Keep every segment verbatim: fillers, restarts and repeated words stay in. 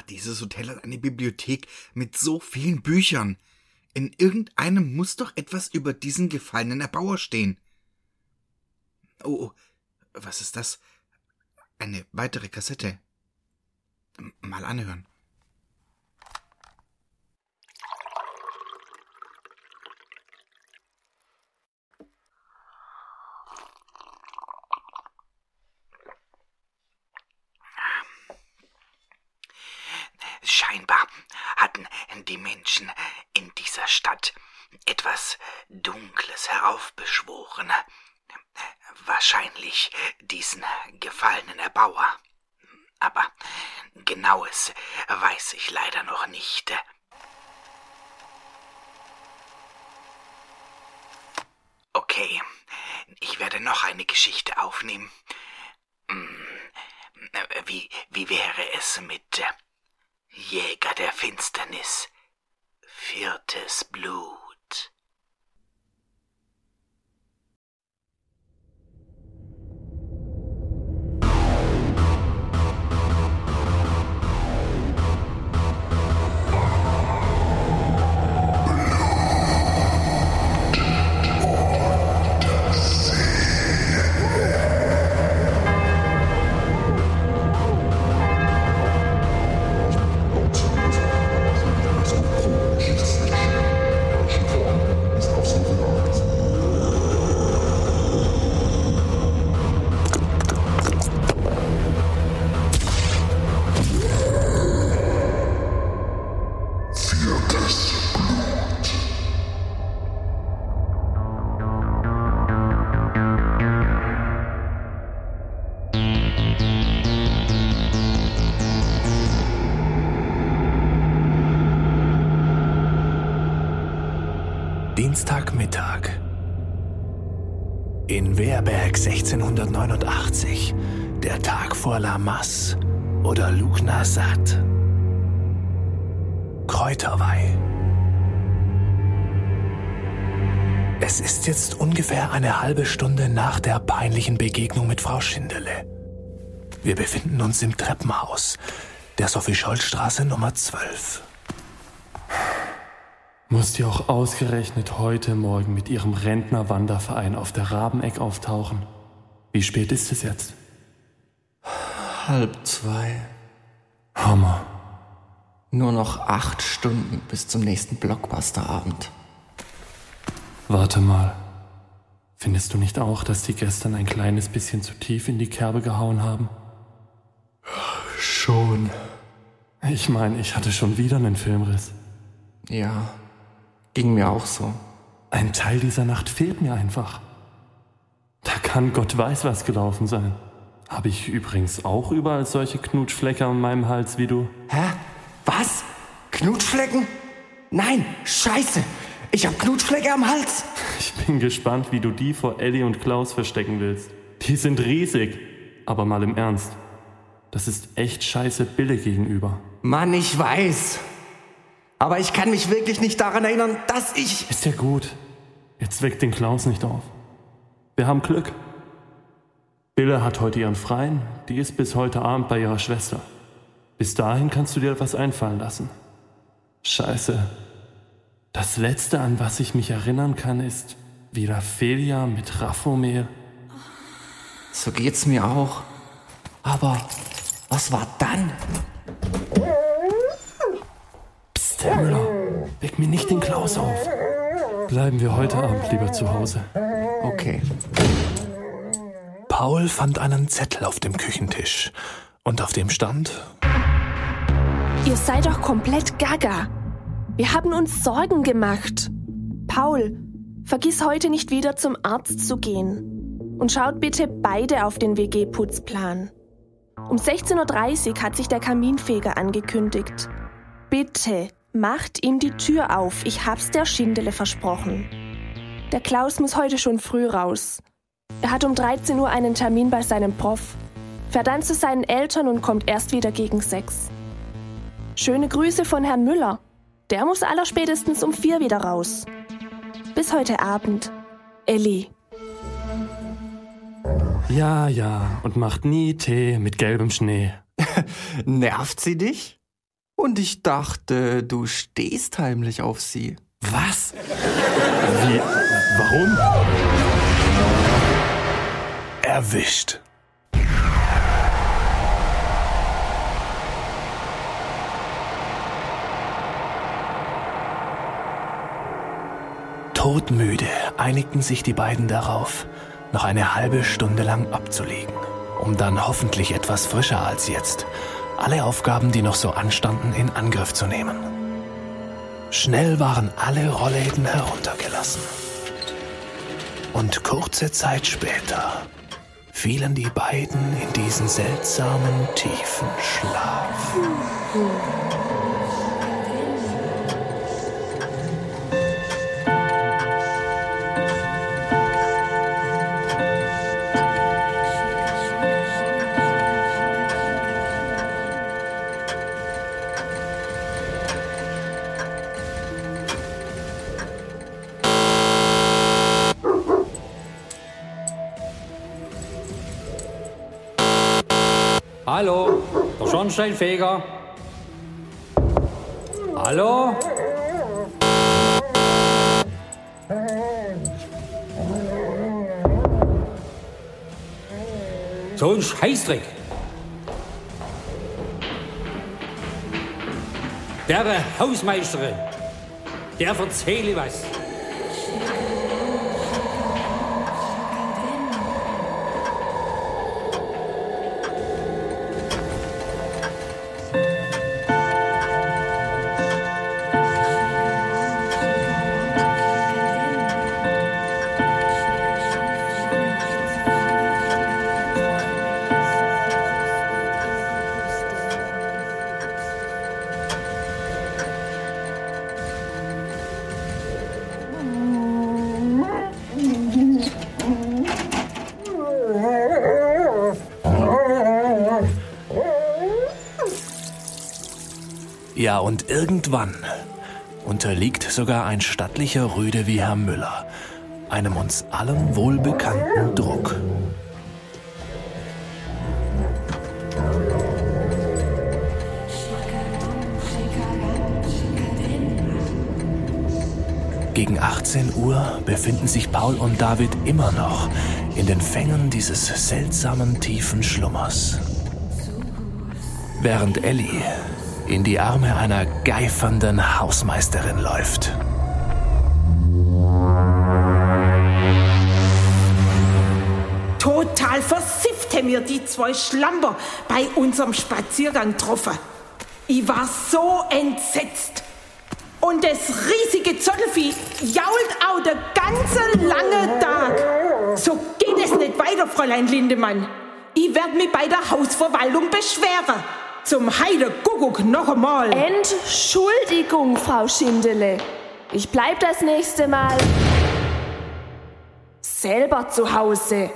dieses Hotel hat eine Bibliothek mit so vielen Büchern. In irgendeinem muss doch etwas über diesen gefallenen Erbauer stehen. Oh, was ist das? Eine weitere Kassette. Mal anhören. Scheinbar hatten die Menschen in dieser Stadt etwas Dunkles heraufbeschworen. Wahrscheinlich diesen gefallenen Erbauer. Aber Genaues weiß ich leider noch nicht. Okay, ich werde noch eine Geschichte aufnehmen. Wie, wie wäre es mit Jäger der Finsternis, viertes Blut? Dienstagmittag. In Wehrberg sechzehnhundertneunundachtzig, der Tag vor Lamas oder Lughnasadh. Kräuterweih. Es ist jetzt ungefähr eine halbe Stunde nach der peinlichen Begegnung mit Frau Schindele. Wir befinden uns im Treppenhaus der Sophie-Scholl-Straße Nummer zwölf. Muss die auch ausgerechnet heute Morgen mit ihrem Rentner-Wanderverein auf der Rabeneck auftauchen? Wie spät ist es jetzt? Halb zwei. Hammer. Nur noch acht Stunden bis zum nächsten Blockbuster-Abend. Warte mal. Findest du nicht auch, dass die gestern ein kleines bisschen zu tief in die Kerbe gehauen haben? Schon. Ich meine, ich hatte schon wieder einen Filmriss. Ja, ging mir auch so. Ein Teil dieser Nacht fehlt mir einfach. Da kann Gott weiß was gelaufen sein. Habe ich übrigens auch überall solche Knutschflecken an meinem Hals wie du? Hä? Was? Knutschflecken? Nein, scheiße! Ich hab Knutschflecke am Hals! Ich bin gespannt, wie du die vor Elli und Klaus verstecken willst. Die sind riesig. Aber mal im Ernst. Das ist echt scheiße Bille gegenüber. Mann, ich weiß. Aber ich kann mich wirklich nicht daran erinnern, dass ich... Ist ja gut. Jetzt weckt den Klaus nicht auf. Wir haben Glück. Bille hat heute ihren Freien. Die ist bis heute Abend bei ihrer Schwester. Bis dahin kannst du dir etwas einfallen lassen. Scheiße. Das Letzte, an was ich mich erinnern kann, ist wie Raphaelia mit Raphomir. So geht's mir auch. Aber was war dann? Psst, Herr Müller, weck mir nicht den Klaus auf. Bleiben wir heute Abend lieber zu Hause. Okay. Paul fand einen Zettel auf dem Küchentisch. Und auf dem stand: Ihr seid doch komplett gaga. Wir haben uns Sorgen gemacht. Paul, vergiss heute nicht wieder zum Arzt zu gehen. Und schaut bitte beide auf den W G-Putzplan. Um sechzehn Uhr dreißig hat sich der Kaminfeger angekündigt. Bitte, macht ihm die Tür auf. Ich hab's der Schindele versprochen. Der Klaus muss heute schon früh raus. Er hat um dreizehn Uhr einen Termin bei seinem Prof, fährt dann zu seinen Eltern und kommt erst wieder gegen sechs. Schöne Grüße von Herrn Müller. Der muss allerspätestens um vier wieder raus. Bis heute Abend. Elli. Ja, ja, und macht nie Tee mit gelbem Schnee. Nervt sie dich? Und ich dachte, du stehst heimlich auf sie. Was? Wie? Warum? Erwischt. Todmüde einigten sich die beiden darauf, noch eine halbe Stunde lang abzulegen, um dann hoffentlich etwas frischer als jetzt alle Aufgaben, die noch so anstanden, in Angriff zu nehmen. Schnell waren alle Rollläden heruntergelassen. Und kurze Zeit später fielen die beiden in diesen seltsamen, tiefen Schlaf. Hallo, der Schornsteinfeger. Hallo? So ein Scheißdreck. Der Hausmeisterin, der erzähle was. Ja, und irgendwann unterliegt sogar ein stattlicher Rüde wie Herr Müller einem uns allen wohlbekannten Druck. Gegen achtzehn Uhr befinden sich Paul und David immer noch in den Fängen dieses seltsamen tiefen Schlummers. Während Elli in die Arme einer geifernden Hausmeisterin läuft. Total versifft haben wir die zwei Schlamper bei unserem Spaziergang getroffen. Ich war so entsetzt. Und das riesige Zottelvieh jault auch den ganzen langen Tag. So geht es nicht weiter, Fräulein Lindemann. Ich werde mich bei der Hausverwaltung beschweren. Zum Heidekuckuck noch einmal. Entschuldigung, Frau Schindele. Ich bleib das nächste Mal selber zu Hause.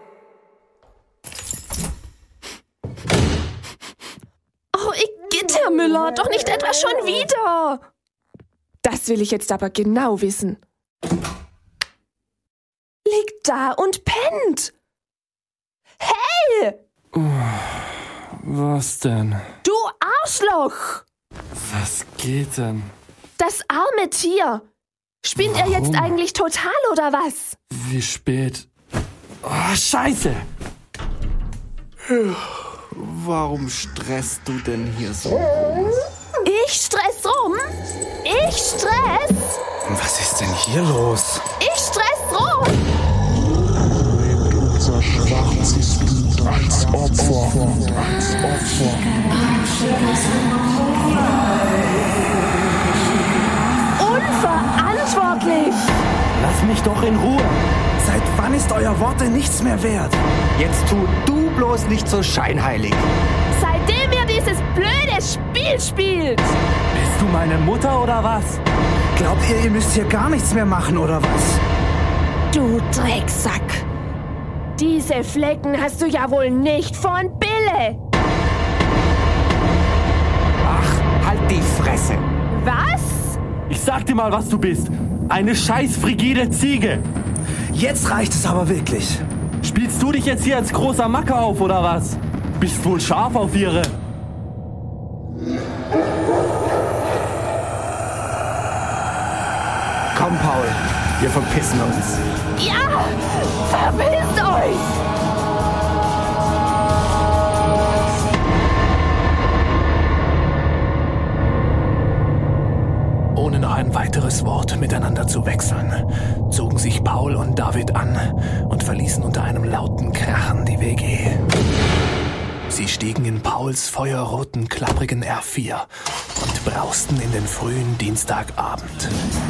Oh, Igitt, Herr Müller, doch nicht etwa schon wieder. Das will ich jetzt aber genau wissen. Liegt da und pennt. Hey! Was denn? Du Arschloch! Was geht denn? Das arme Tier. Spinnt er jetzt eigentlich total oder was? Wie spät? Oh, Scheiße! Warum stresst du denn hier so rum? Ich stress rum? Ich stress? Was ist denn hier los? Ich stress rum? Unser schwarzes Blut als Opfer, als Opfer. Unverantwortlich! Lass mich doch in Ruhe. Seit wann ist euer Worte nichts mehr wert? Jetzt tu du bloß nicht so scheinheilig. Seitdem ihr dieses blöde Spiel spielt! Bist du meine Mutter oder was? Glaubt ihr, ihr müsst hier gar nichts mehr machen oder was? Du Drecksack! Diese Flecken hast du ja wohl nicht von Bille! Ach, halt die Fresse! Was? Ich sag dir mal, was du bist. Eine scheiß frigide Ziege. Jetzt reicht es aber wirklich. Spielst du dich jetzt hier als großer Macke auf, oder was? Bist wohl scharf auf ihre... Komm, Paul, wir verpissen uns. Ja, verpisst euch! Ohne noch ein weiteres Wort miteinander zu wechseln, zogen sich Paul und David an und verließen unter einem lauten Krachen die W G. Sie stiegen in Pauls feuerroten, klapprigen R vier und brausten in den frühen Dienstagabend.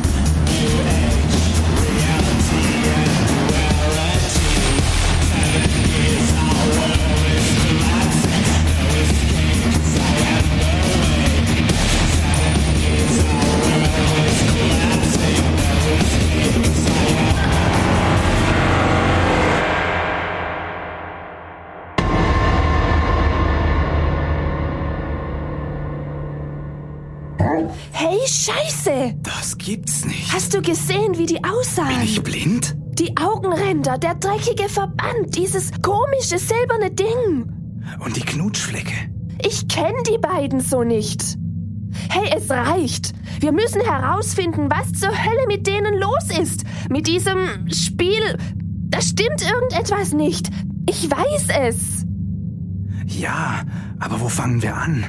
Hey, Scheiße! Das gibt's nicht. Hast du gesehen, wie die aussahen? Bin ich blind? Die Augenränder, der dreckige Verband, dieses komische silberne Ding. Und die Knutschflecke. Ich kenne die beiden so nicht. Hey, es reicht. Wir müssen herausfinden, was zur Hölle mit denen los ist. Mit diesem Spiel. Da stimmt irgendetwas nicht. Ich weiß es. Ja, aber wo fangen wir an?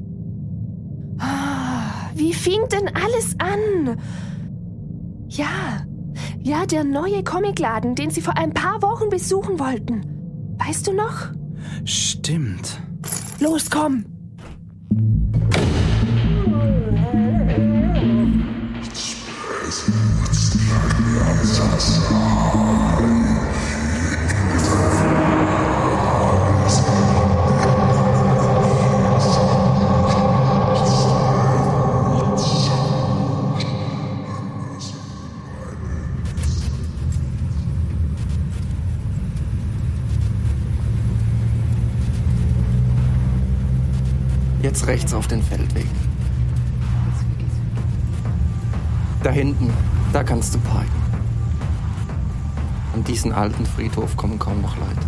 Wie fing denn alles an? Ja, ja, der neue Comicladen, den Sie vor ein paar Wochen besuchen wollten. Weißt du noch? Stimmt. Los, komm! Jetzt rechts auf den Feldweg. Da hinten, da kannst du parken. An diesen alten Friedhof kommen kaum noch Leute.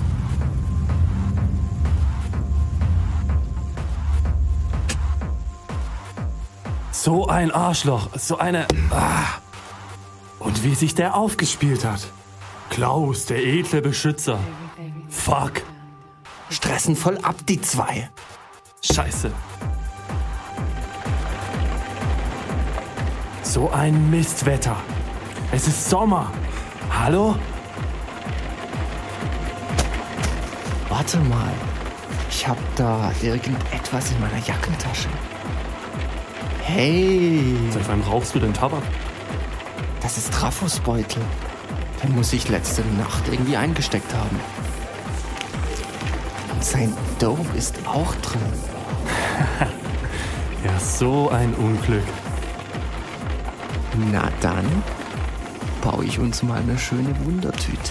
So ein Arschloch, so eine... Ah. Und wie sich der aufgespielt hat. Klaus, der edle Beschützer. Fuck. Stressen voll ab, die zwei. Scheiße. So ein Mistwetter. Es ist Sommer. Hallo? Warte mal. Ich hab da irgendetwas in meiner Jackentasche. Hey. Seit wann rauchst du denn Tabak? Das ist Trafos Beutel. Den muss ich letzte Nacht irgendwie eingesteckt haben. Und sein Dope ist auch drin. Ja, so ein Unglück. Na dann baue ich uns mal eine schöne Wundertüte.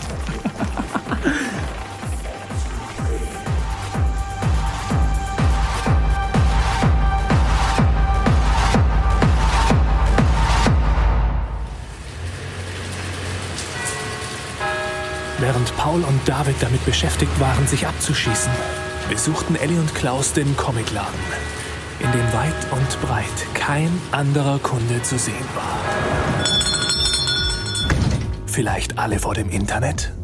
Während Paul und David damit beschäftigt waren, sich abzuschießen, besuchten Elli und Klaus den Comicladen, in dem weit und breit kein anderer Kunde zu sehen war. Vielleicht alle vor dem Internet?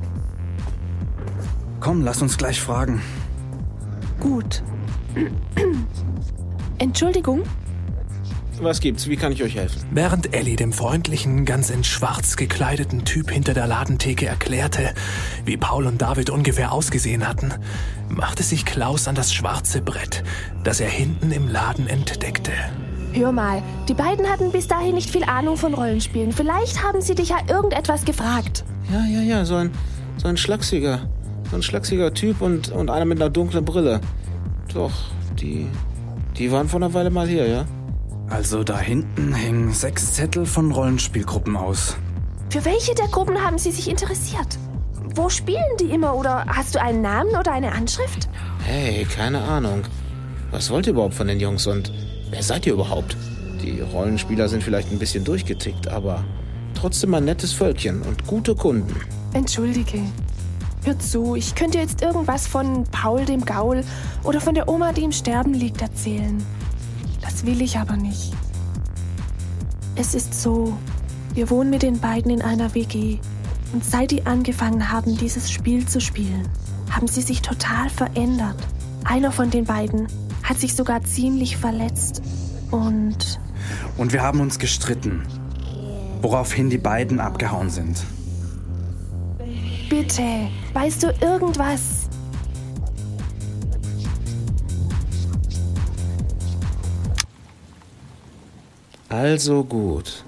Komm, lass uns gleich fragen. Gut. Entschuldigung? Was gibt's? Wie kann ich euch helfen? Während Elli dem freundlichen, ganz in schwarz gekleideten Typ hinter der Ladentheke erklärte, wie Paul und David ungefähr ausgesehen hatten, machte sich Klaus an das schwarze Brett, das er hinten im Laden entdeckte. Hör mal, die beiden hatten bis dahin nicht viel Ahnung von Rollenspielen. Vielleicht haben sie dich ja irgendetwas gefragt. Ja, ja, ja, so ein, so ein schlachsiger, so ein schlachsiger Typ und, und einer mit einer dunklen Brille. Doch, die, die waren vor einer Weile mal hier, ja? Also da hinten hängen sechs Zettel von Rollenspielgruppen aus. Für welche der Gruppen haben Sie sich interessiert? Wo spielen die immer? Oder hast du einen Namen oder eine Anschrift? Hey, keine Ahnung. Was wollt ihr überhaupt von den Jungs und wer seid ihr überhaupt? Die Rollenspieler sind vielleicht ein bisschen durchgetickt, aber trotzdem ein nettes Völkchen und gute Kunden. Entschuldige. Hör zu, ich könnte jetzt irgendwas von Paul dem Gaul oder von der Oma, die im Sterben liegt, erzählen. Das will ich aber nicht. Es ist so, Wir wohnen mit den beiden in einer W G. Und seit die angefangen haben, dieses Spiel zu spielen, haben sie sich total verändert. Einer von den beiden hat sich sogar ziemlich verletzt. Und... Und wir haben uns gestritten, woraufhin die beiden abgehauen sind. Bitte, weißt du irgendwas? Also gut.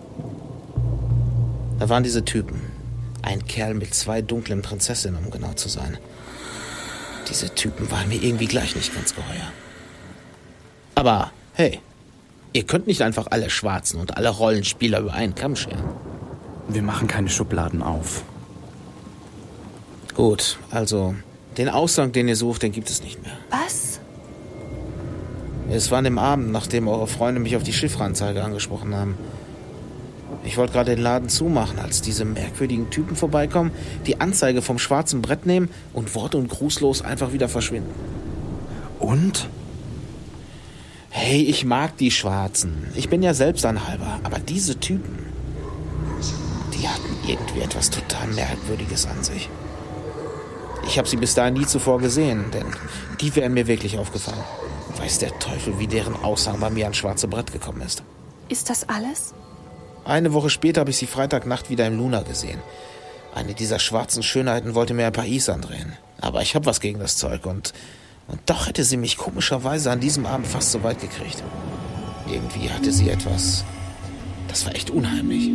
Da waren diese Typen. Ein Kerl mit zwei dunklen Prinzessinnen, um genau zu sein. Diese Typen waren mir irgendwie gleich nicht ganz geheuer. Aber, hey, ihr könnt nicht einfach alle Schwarzen und alle Rollenspieler über einen Kamm scheren. Wir machen keine Schubladen auf. Gut, also, den Aushang, den ihr sucht, den gibt es nicht mehr. Was? Es war an dem Abend, nachdem eure Freunde mich auf die Chiffreanzeige angesprochen haben. Ich wollte gerade den Laden zumachen, als diese merkwürdigen Typen vorbeikommen, die Anzeige vom schwarzen Brett nehmen und wort- und grußlos einfach wieder verschwinden. Und? Hey, ich mag die Schwarzen. Ich bin ja selbst ein Halber. Aber diese Typen, die hatten irgendwie etwas total Merkwürdiges an sich. Ich habe sie bis dahin nie zuvor gesehen, denn die wären mir wirklich aufgefallen. Weiß der Teufel, wie deren Aushang bei mir ans schwarze Brett gekommen ist. Ist das alles? Eine Woche später habe ich sie Freitagnacht wieder im Luna gesehen. Eine dieser schwarzen Schönheiten wollte mir ein paar Is andrehen. Aber ich habe was gegen das Zeug und, und doch hätte sie mich komischerweise an diesem Abend fast so weit gekriegt. Irgendwie hatte sie etwas... Das war echt unheimlich.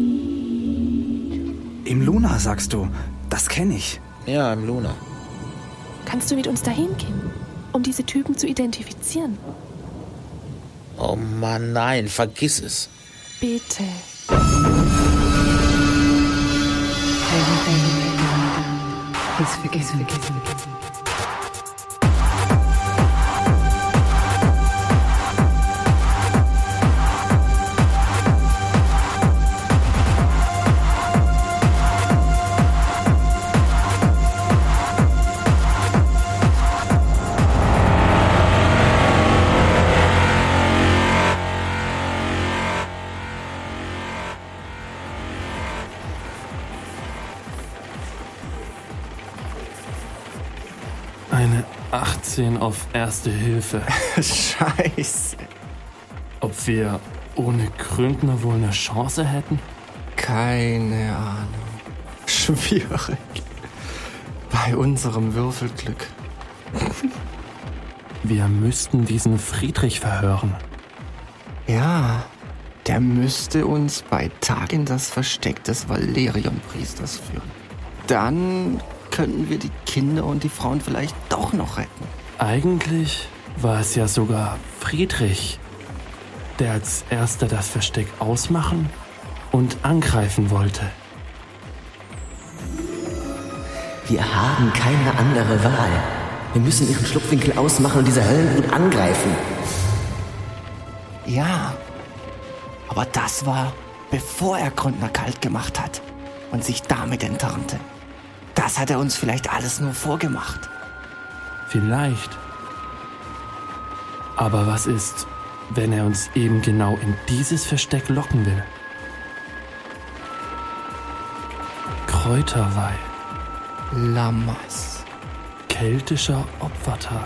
Im Luna, sagst du? Das kenne ich. Ja, im Luna. Kannst du mit uns dahin gehen, um diese Typen zu identifizieren? Oh Mann, nein, vergiss es. Bitte. Please forgive me. Forgive me. Eine achtzehn auf Erste Hilfe. Scheiße. Ob wir ohne Gründner wohl eine Chance hätten? Keine Ahnung. Schwierig. Bei unserem Würfelglück. Wir müssten diesen Friedrich verhören. Ja, der müsste uns bei Tag in das Versteck des Valerion-Priesters führen. Dann könnten wir die Kinder und die Frauen vielleicht doch noch retten. Eigentlich war es ja sogar Friedrich, der als erster das Versteck ausmachen und angreifen wollte. Wir haben keine andere Wahl. Wir müssen ihren Schlupfwinkel ausmachen und diese Höllenbrut angreifen. Ja, aber das war, bevor er Gründner kalt gemacht hat und sich damit enttarnte. Das hat er uns vielleicht alles nur vorgemacht. Vielleicht. Aber was ist, wenn er uns eben genau in dieses Versteck locken will? Kräuterweih. Lammas. Keltischer Opfertag.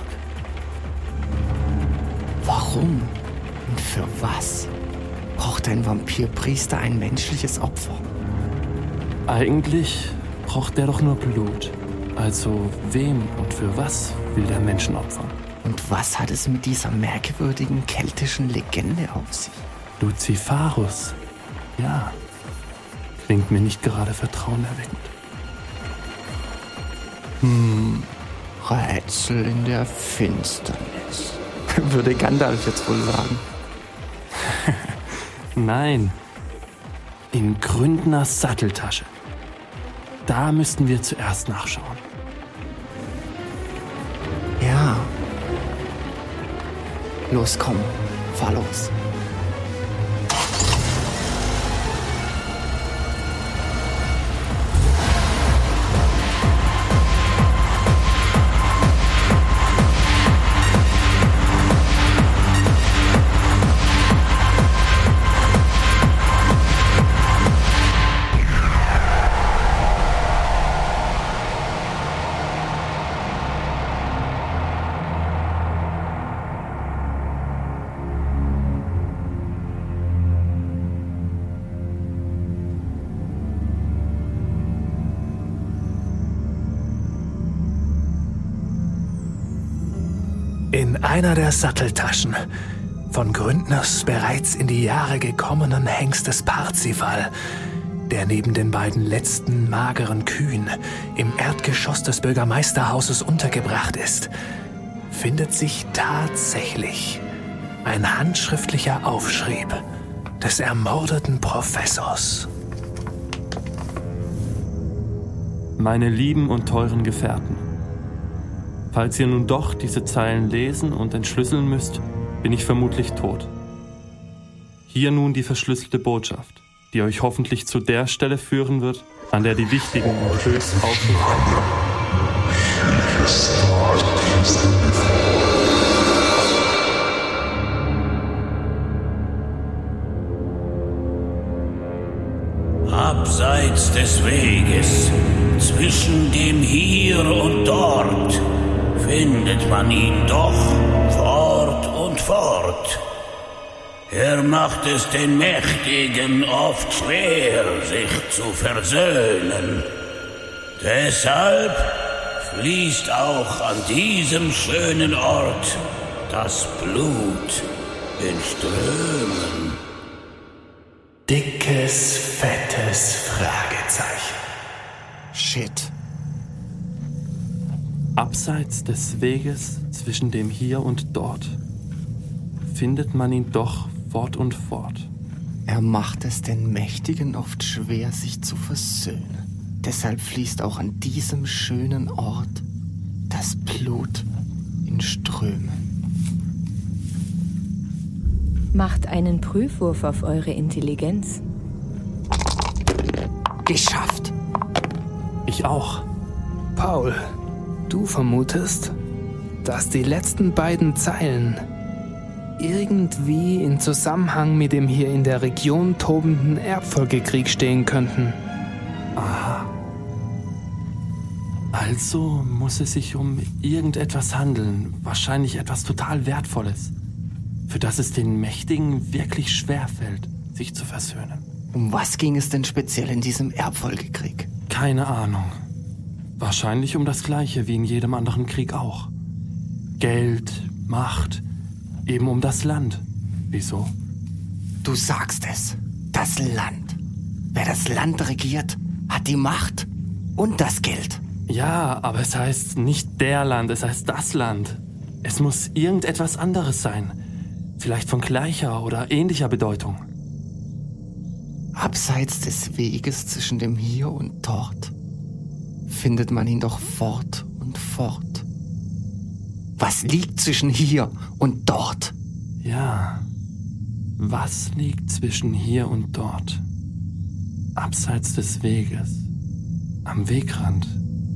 Warum und für was braucht ein Vampirpriester ein menschliches Opfer? Eigentlich braucht der doch nur Blut. Also wem und für was will der Menschen opfern? Und was hat es mit dieser merkwürdigen keltischen Legende auf sich? Luciferus. Ja. Klingt mir nicht gerade vertrauenerweckend. Hm. Rätsel in der Finsternis. Würde Gandalf jetzt wohl sagen. Nein. In Gründners Satteltasche. Da müssten wir zuerst nachschauen. Ja. Los, komm. Fahr los. einer der Satteltaschen von Gründners bereits in die Jahre gekommenen Hengstes Parzival, der neben den beiden letzten mageren Kühen im Erdgeschoss des Bürgermeisterhauses untergebracht ist, findet sich tatsächlich ein handschriftlicher Aufschrieb des ermordeten Professors. Meine lieben und teuren Gefährten, falls ihr nun doch diese Zeilen lesen und entschlüsseln müsst, bin ich vermutlich tot. Hier nun die verschlüsselte Botschaft, die euch hoffentlich zu der Stelle führen wird, an der die wichtigen und höchst aufgeregten Abseits des Weges, zwischen dem Hier und Dort, findet man ihn doch fort und fort. Er macht es den Mächtigen oft schwer, sich zu versöhnen. Deshalb fließt auch an diesem schönen Ort das Blut in Strömen. Dickes, fettes Fragezeichen. Shit. Abseits des Weges zwischen dem Hier und Dort findet man ihn doch fort und fort. Er macht es den Mächtigen oft schwer, sich zu versöhnen. Deshalb fließt auch an diesem schönen Ort das Blut in Strömen. Macht einen Prüfwurf auf eure Intelligenz. Geschafft. Ich auch. Paul, du vermutest, dass die letzten beiden Zeilen irgendwie in Zusammenhang mit dem hier in der Region tobenden Erbfolgekrieg stehen könnten. Aha. Also muss es sich um irgendetwas handeln, wahrscheinlich etwas total Wertvolles, für das es den Mächtigen wirklich schwerfällt, sich zu versöhnen. Um was ging es denn speziell in diesem Erbfolgekrieg? Keine Ahnung. Wahrscheinlich um das Gleiche wie in jedem anderen Krieg auch. Geld, Macht, eben um das Land. Wieso? Du sagst es. Das Land. Wer das Land regiert, hat die Macht und das Geld. Ja, aber es heißt nicht der Land, es heißt das Land. Es muss irgendetwas anderes sein. Vielleicht von gleicher oder ähnlicher Bedeutung. Abseits des Weges zwischen dem Hier und Dort findet man ihn doch fort und fort. Was liegt zwischen hier und dort? Ja, was liegt zwischen hier und dort? Abseits des Weges, am Wegrand.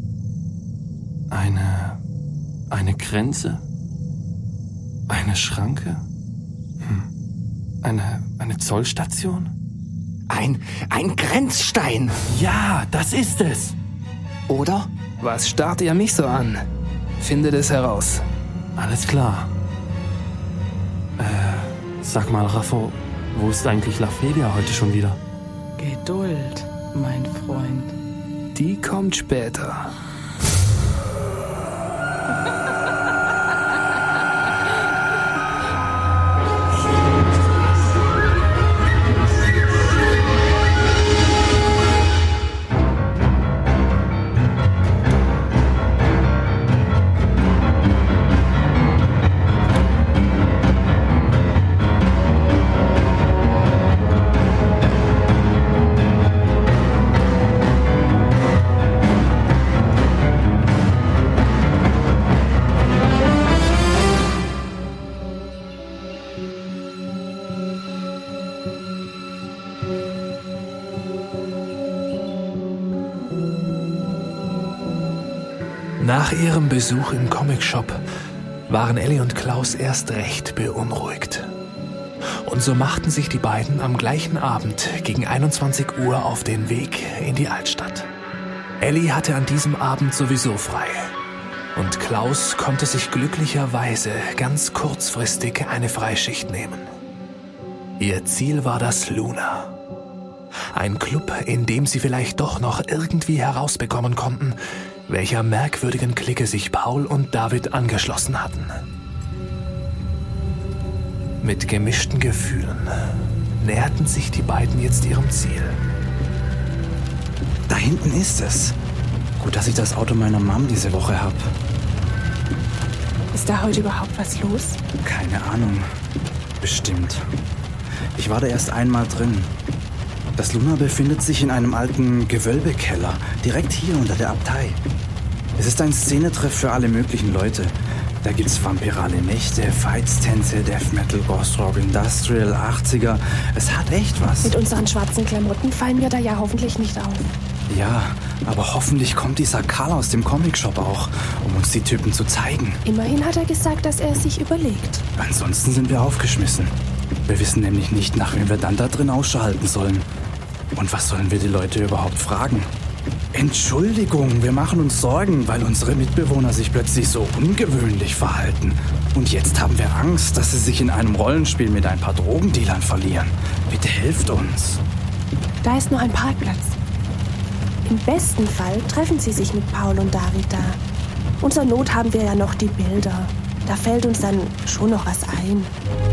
Eine, eine Grenze? Eine Schranke? Hm. Eine, eine Zollstation? Ein, ein Grenzstein. Ja, das ist es. Oder? Was starrt ihr mich so an? Findet es heraus. Alles klar. Äh, sag mal, Raffo, wo ist eigentlich Laphelia heute schon wieder? Geduld, mein Freund. Die kommt später. Nach ihrem Besuch im Comicshop waren Ellie und Klaus erst recht beunruhigt. Und so machten sich die beiden am gleichen Abend gegen einundzwanzig Uhr auf den Weg in die Altstadt. Ellie hatte an diesem Abend sowieso frei. Und Klaus konnte sich glücklicherweise ganz kurzfristig eine Freischicht nehmen. Ihr Ziel war das Luna. Ein Club, in dem sie vielleicht doch noch irgendwie herausbekommen konnten, welcher merkwürdigen Clique sich Paul und David angeschlossen hatten. Mit gemischten Gefühlen näherten sich die beiden jetzt ihrem Ziel. Da hinten ist es. Gut, dass ich das Auto meiner Mom diese Woche habe. Ist da heute überhaupt was los? Keine Ahnung. Bestimmt. Ich war da erst einmal drin. Das Luna befindet sich in einem alten Gewölbekeller, direkt hier unter der Abtei. Es ist ein Szenetreff für alle möglichen Leute. Da gibt's vampirale Nächte, Fights, Tänze, Death Metal, Ghost Rock, Industrial, achtziger. Es hat echt was. Mit unseren schwarzen Klamotten fallen wir da ja hoffentlich nicht auf. Ja, aber hoffentlich kommt dieser Karl aus dem Comicshop auch, um uns die Typen zu zeigen. Immerhin hat er gesagt, dass er es sich überlegt. Ansonsten sind wir aufgeschmissen. Wir wissen nämlich nicht, nach wem wir dann da drin Ausschau halten sollen. Und was sollen wir die Leute überhaupt fragen? Entschuldigung, wir machen uns Sorgen, weil unsere Mitbewohner sich plötzlich so ungewöhnlich verhalten. Und jetzt haben wir Angst, dass sie sich in einem Rollenspiel mit ein paar Drogendealern verlieren. Bitte helft uns. Da ist noch ein Parkplatz. Im besten Fall treffen sie sich mit Paul und David da. Und zur Not haben wir ja noch die Bilder. Da fällt uns dann schon noch was ein.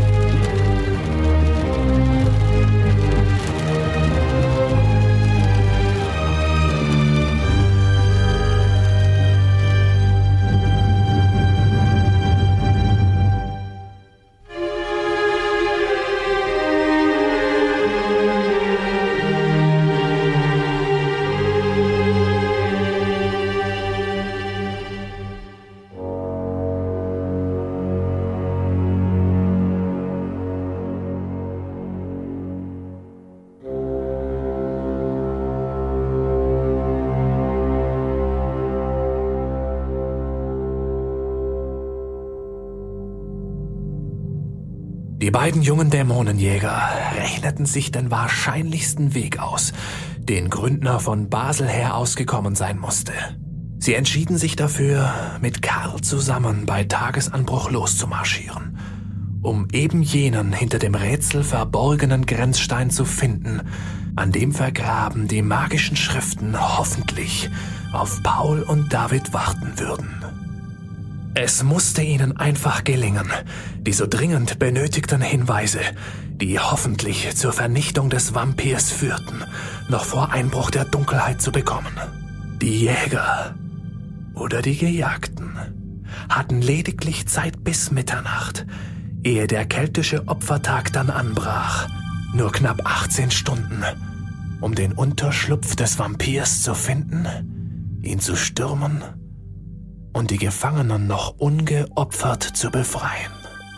Die beiden jungen Dämonenjäger rechneten sich den wahrscheinlichsten Weg aus, den Gründner von Basel her ausgekommen sein musste. Sie entschieden sich dafür, mit Karl zusammen bei Tagesanbruch loszumarschieren, um eben jenen hinter dem Rätsel verborgenen Grenzstein zu finden, an dem vergraben die magischen Schriften hoffentlich auf Paul und David warten würden. Es musste ihnen einfach gelingen, die so dringend benötigten Hinweise, die hoffentlich zur Vernichtung des Vampirs führten, noch vor Einbruch der Dunkelheit zu bekommen. Die Jäger oder die Gejagten hatten lediglich Zeit bis Mitternacht, ehe der keltische Opfertag dann anbrach. Nur knapp achtzehn Stunden, um den Unterschlupf des Vampirs zu finden, ihn zu stürmen und die Gefangenen noch ungeopfert zu befreien.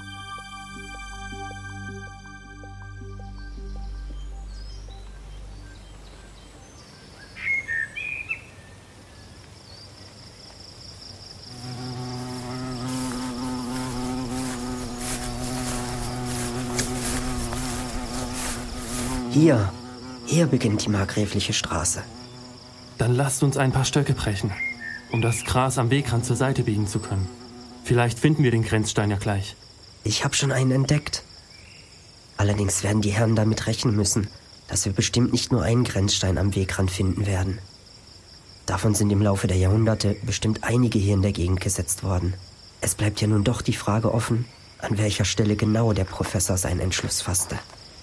Hier, hier beginnt die markgräfliche Straße. Dann lasst uns ein paar Stöcke brechen, um das Gras am Wegrand zur Seite biegen zu können. Vielleicht finden wir den Grenzstein ja gleich. Ich habe schon einen entdeckt. Allerdings werden die Herren damit rechnen müssen, dass wir bestimmt nicht nur einen Grenzstein am Wegrand finden werden. Davon sind im Laufe der Jahrhunderte bestimmt einige hier in der Gegend gesetzt worden. Es bleibt ja nun doch die Frage offen, an welcher Stelle genau der Professor seinen Entschluss fasste.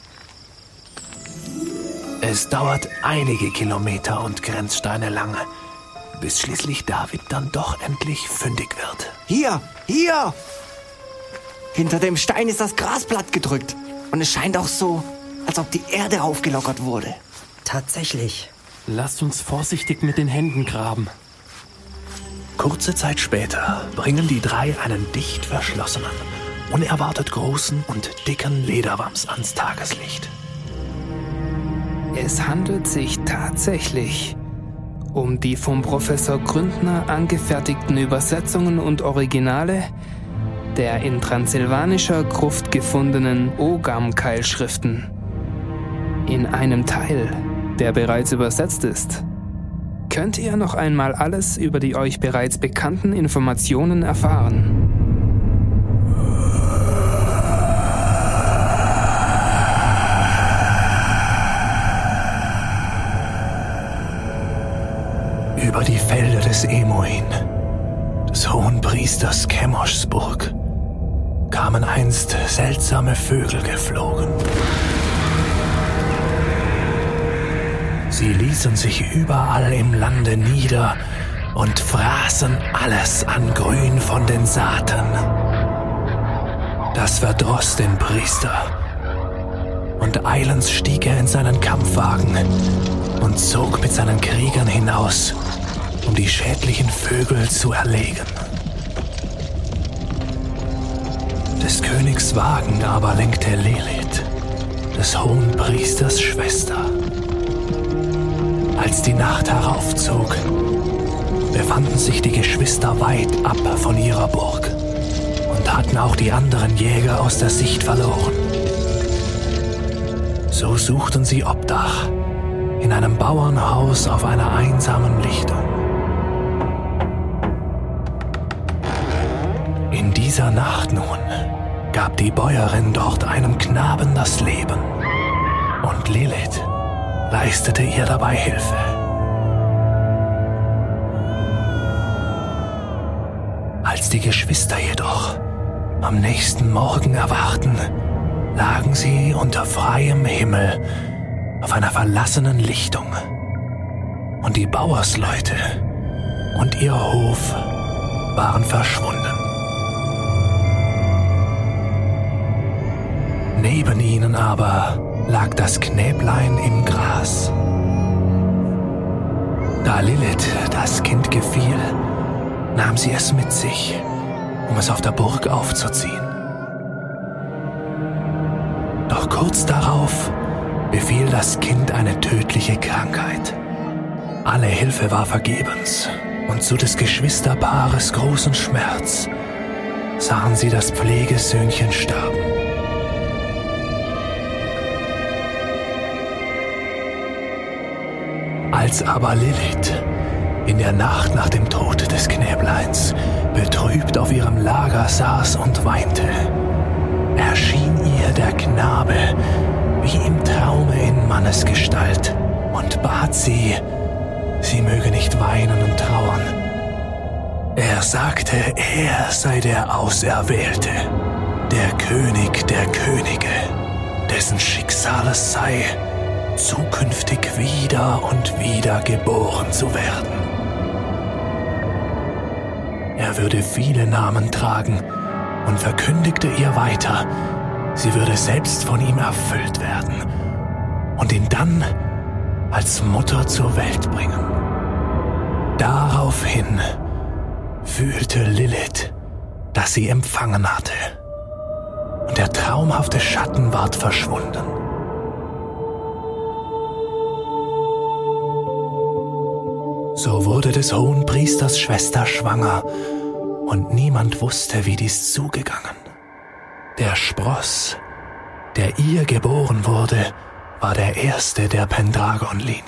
Es dauert einige Kilometer und Grenzsteine lang, bis schließlich David dann doch endlich fündig wird. Hier, hier! Hinter dem Stein ist das Gras platt gedrückt. Und es scheint auch so, als ob die Erde aufgelockert wurde. Tatsächlich. Lasst uns vorsichtig mit den Händen graben. Kurze Zeit später bringen die drei einen dicht verschlossenen, unerwartet großen und dicken Lederwams ans Tageslicht. Es handelt sich tatsächlich um die vom Professor Gründner angefertigten Übersetzungen und Originale der in transsilvanischer Gruft gefundenen Ogam-Keilschriften. In einem Teil, der bereits übersetzt ist, könnt ihr noch einmal alles über die euch bereits bekannten Informationen erfahren. Über die Felder des Emoin, des Hohen Priesters Chemoshsburg, kamen einst seltsame Vögel geflogen. Sie ließen sich überall im Lande nieder und fraßen alles an Grün von den Saaten. Das verdross den Priester, und eilends stieg er in seinen Kampfwagen und zog mit seinen Kriegern hinaus, um die schädlichen Vögel zu erlegen. Des Königs Wagen aber lenkte Lilith, des Hohenpriesters Schwester. Als die Nacht heraufzog, befanden sich die Geschwister weit ab von ihrer Burg und hatten auch die anderen Jäger aus der Sicht verloren. So suchten sie Obdach in einem Bauernhaus auf einer einsamen Lichtung. In dieser Nacht nun gab die Bäuerin dort einem Knaben das Leben, und Lilith leistete ihr dabei Hilfe. Als die Geschwister jedoch am nächsten Morgen erwachten, lagen sie unter freiem Himmel auf einer verlassenen Lichtung, und die Bauersleute und ihr Hof waren verschwunden. Neben ihnen aber lag das Knäblein im Gras. Da Lilith das Kind gefiel, nahm sie es mit sich, um es auf der Burg aufzuziehen. Doch kurz darauf befiel das Kind eine tödliche Krankheit. Alle Hilfe war vergebens, und zu des Geschwisterpaares großen Schmerz sahen sie das Pflegesöhnchen sterben. Als aber Lilith in der Nacht nach dem Tod des Knäbleins betrübt auf ihrem Lager saß und weinte, erschien ihr der Knabe wie im Traume in Mannesgestalt und bat sie, sie möge nicht weinen und trauern. Er sagte, er sei der Auserwählte, der König der Könige, dessen Schicksal es sei, zukünftig wieder und wieder geboren zu werden. Er würde viele Namen tragen und verkündigte ihr weiter, sie würde selbst von ihm erfüllt werden und ihn dann als Mutter zur Welt bringen. Daraufhin fühlte Lilith, dass sie empfangen hatte, und der traumhafte Schatten ward verschwunden. So wurde des Hohenpriesters Schwester schwanger, und niemand wusste, wie dies zugegangen. Der Spross, der ihr geboren wurde, war der erste der Pendragon-Linie.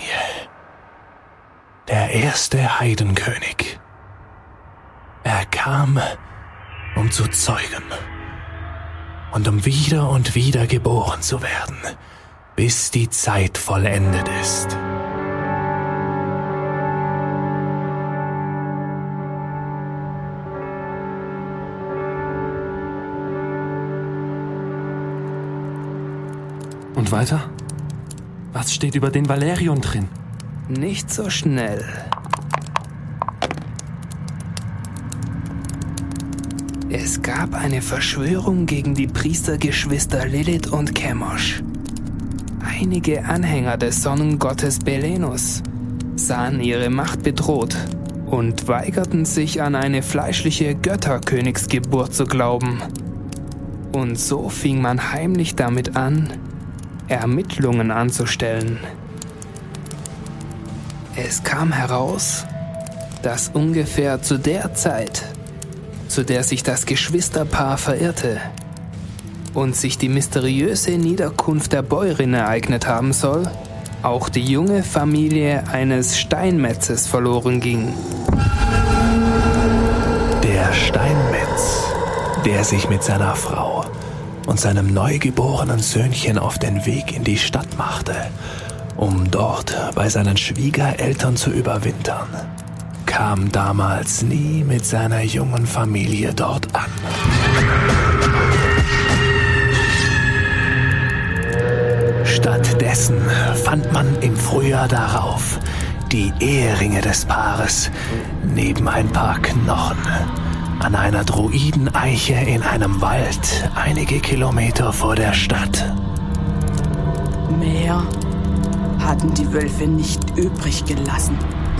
Der erste Heidenkönig. Er kam, um zu zeugen und um wieder und wieder geboren zu werden, bis die Zeit vollendet ist. Und weiter? Was steht über den Valerion drin? Nicht so schnell. Es gab eine Verschwörung gegen die Priestergeschwister Lilith und Chemosh. Einige Anhänger des Sonnengottes Belenus sahen ihre Macht bedroht und weigerten sich an eine fleischliche Götterkönigsgeburt zu glauben. Und so fing man heimlich damit an, Ermittlungen anzustellen. Es kam heraus, dass ungefähr zu der Zeit, zu der sich das Geschwisterpaar verirrte und sich die mysteriöse Niederkunft der Bäuerin ereignet haben soll, auch die junge Familie eines Steinmetzes verloren ging. Der Steinmetz, der sich mit seiner Frau und seinem neugeborenen Söhnchen auf den Weg in die Stadt machte, um dort bei seinen Schwiegereltern zu überwintern, kam damals nie mit seiner jungen Familie dort an. Infolgedessen fand man im Frühjahr darauf die Eheringe des Paares neben ein paar Knochen an einer Druideneiche in einem Wald einige Kilometer vor der Stadt. Mehr hatten die Wölfe nicht übrig gelassen.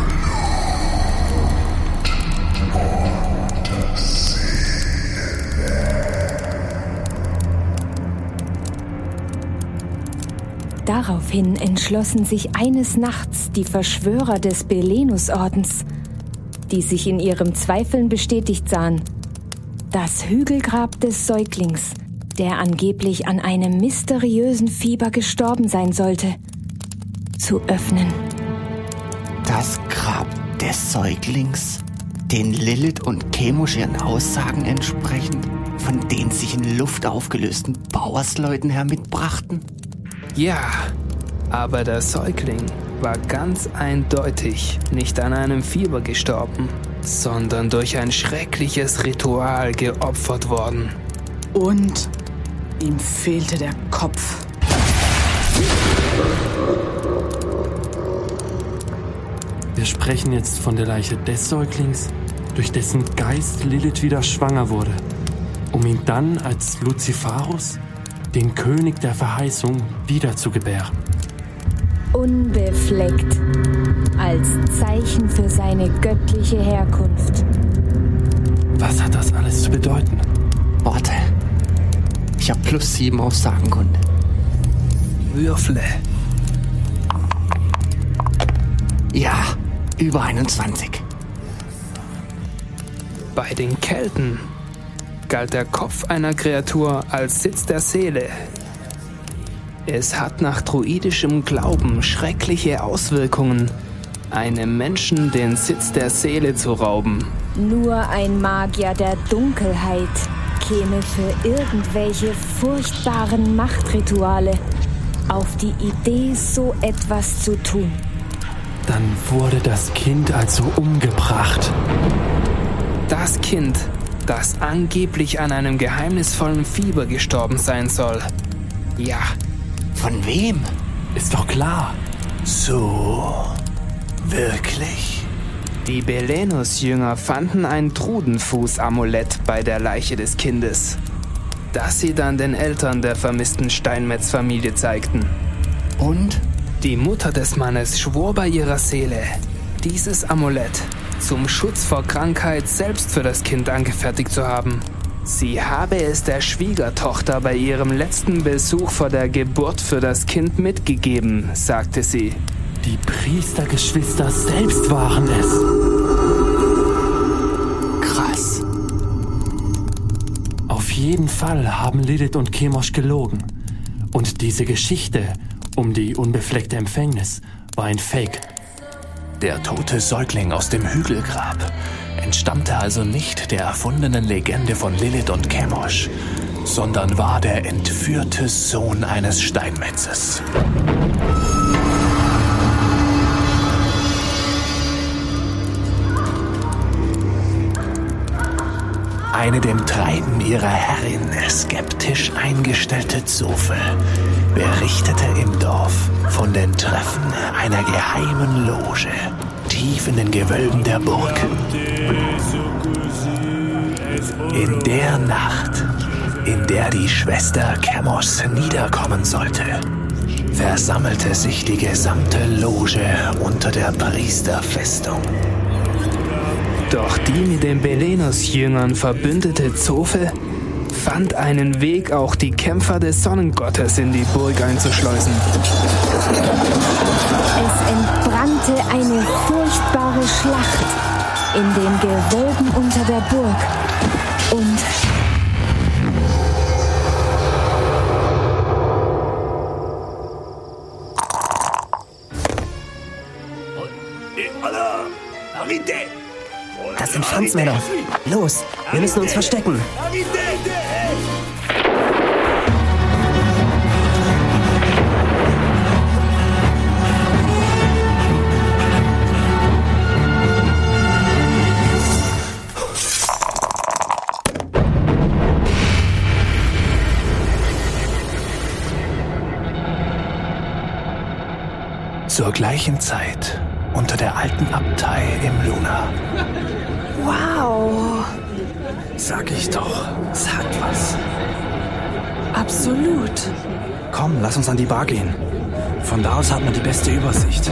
Daraufhin entschlossen sich eines Nachts die Verschwörer des Belenus-Ordens, die sich in ihrem Zweifeln bestätigt sahen, das Hügelgrab des Säuglings, der angeblich an einem mysteriösen Fieber gestorben sein sollte, zu öffnen. Das Grab des Säuglings, den Lilith und Chemosh ihren Aussagen entsprechend, von den sich in Luft aufgelösten Bauersleuten her mitbrachten? Ja, aber der Säugling war ganz eindeutig nicht an einem Fieber gestorben, sondern durch ein schreckliches Ritual geopfert worden. Und ihm fehlte der Kopf. Wir sprechen jetzt von der Leiche des Säuglings, durch dessen Geist Lilith wieder schwanger wurde, um ihn dann als Luciferus, den König der Verheißung, wieder zu gebären. Unbefleckt, als Zeichen für seine göttliche Herkunft. Was hat das alles zu bedeuten? Warte, ich habe plus sieben auf Sagenkunde. Würfle. Ja, über einundzwanzig. Bei den Kelten galt der Kopf einer Kreatur als Sitz der Seele. Es hat nach druidischem Glauben schreckliche Auswirkungen, einem Menschen den Sitz der Seele zu rauben. Nur ein Magier der Dunkelheit käme für irgendwelche furchtbaren Machtrituale auf die Idee, so etwas zu tun. Dann wurde das Kind also umgebracht. Das Kind, das angeblich an einem geheimnisvollen Fieber gestorben sein soll. Ja. Von wem? Ist doch klar. So, wirklich? Die Belenus-Jünger fanden ein Trudenfuß-Amulett bei der Leiche des Kindes, das sie dann den Eltern der vermissten Steinmetz-Familie zeigten. Und? Die Mutter des Mannes schwor bei ihrer Seele, dieses Amulett zum Schutz vor Krankheit selbst für das Kind angefertigt zu haben. Sie habe es der Schwiegertochter bei ihrem letzten Besuch vor der Geburt für das Kind mitgegeben, sagte sie. Die Priestergeschwister selbst waren es. Krass. Auf jeden Fall haben Lilith und Chemosh gelogen. Und diese Geschichte um die unbefleckte Empfängnis war ein Fake. Der tote Säugling aus dem Hügelgrab entstammte also nicht der erfundenen Legende von Lilith und Chemosh, sondern war der entführte Sohn eines Steinmetzes. Eine dem Treiben ihrer Herrin skeptisch eingestellte Zofe berichtete im Dorf von den Treffen einer geheimen Loge tief in den Gewölben der Burg. In der Nacht, in der die Schwester Chemosh niederkommen sollte, versammelte sich die gesamte Loge unter der Priesterfestung. Doch die mit den Belenus-Jüngern verbündete Zofe fand einen Weg, auch die Kämpfer des Sonnengottes in die Burg einzuschleusen. Es entbrannte eine furchtbare Schlacht in den Gewölben unter der Burg. Und das sind Franzmänner. Los, wir müssen uns verstecken. Zur gleichen Zeit unter der alten Abtei im Luna. Wow. Sag ich doch, es hat was. Absolut. Komm, lass uns an die Bar gehen. Von da aus hat man die beste Übersicht.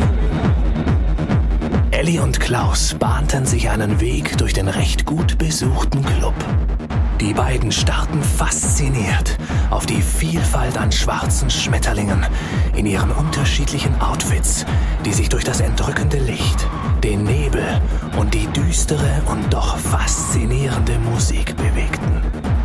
Ellie und Klaus bahnten sich einen Weg durch den recht gut besuchten Club. Die beiden starrten fasziniert auf die Vielfalt an schwarzen Schmetterlingen in ihren unterschiedlichen Outfits, die sich durch das entrückende Licht, den Nebel und die düstere und doch faszinierende Musik bewegten.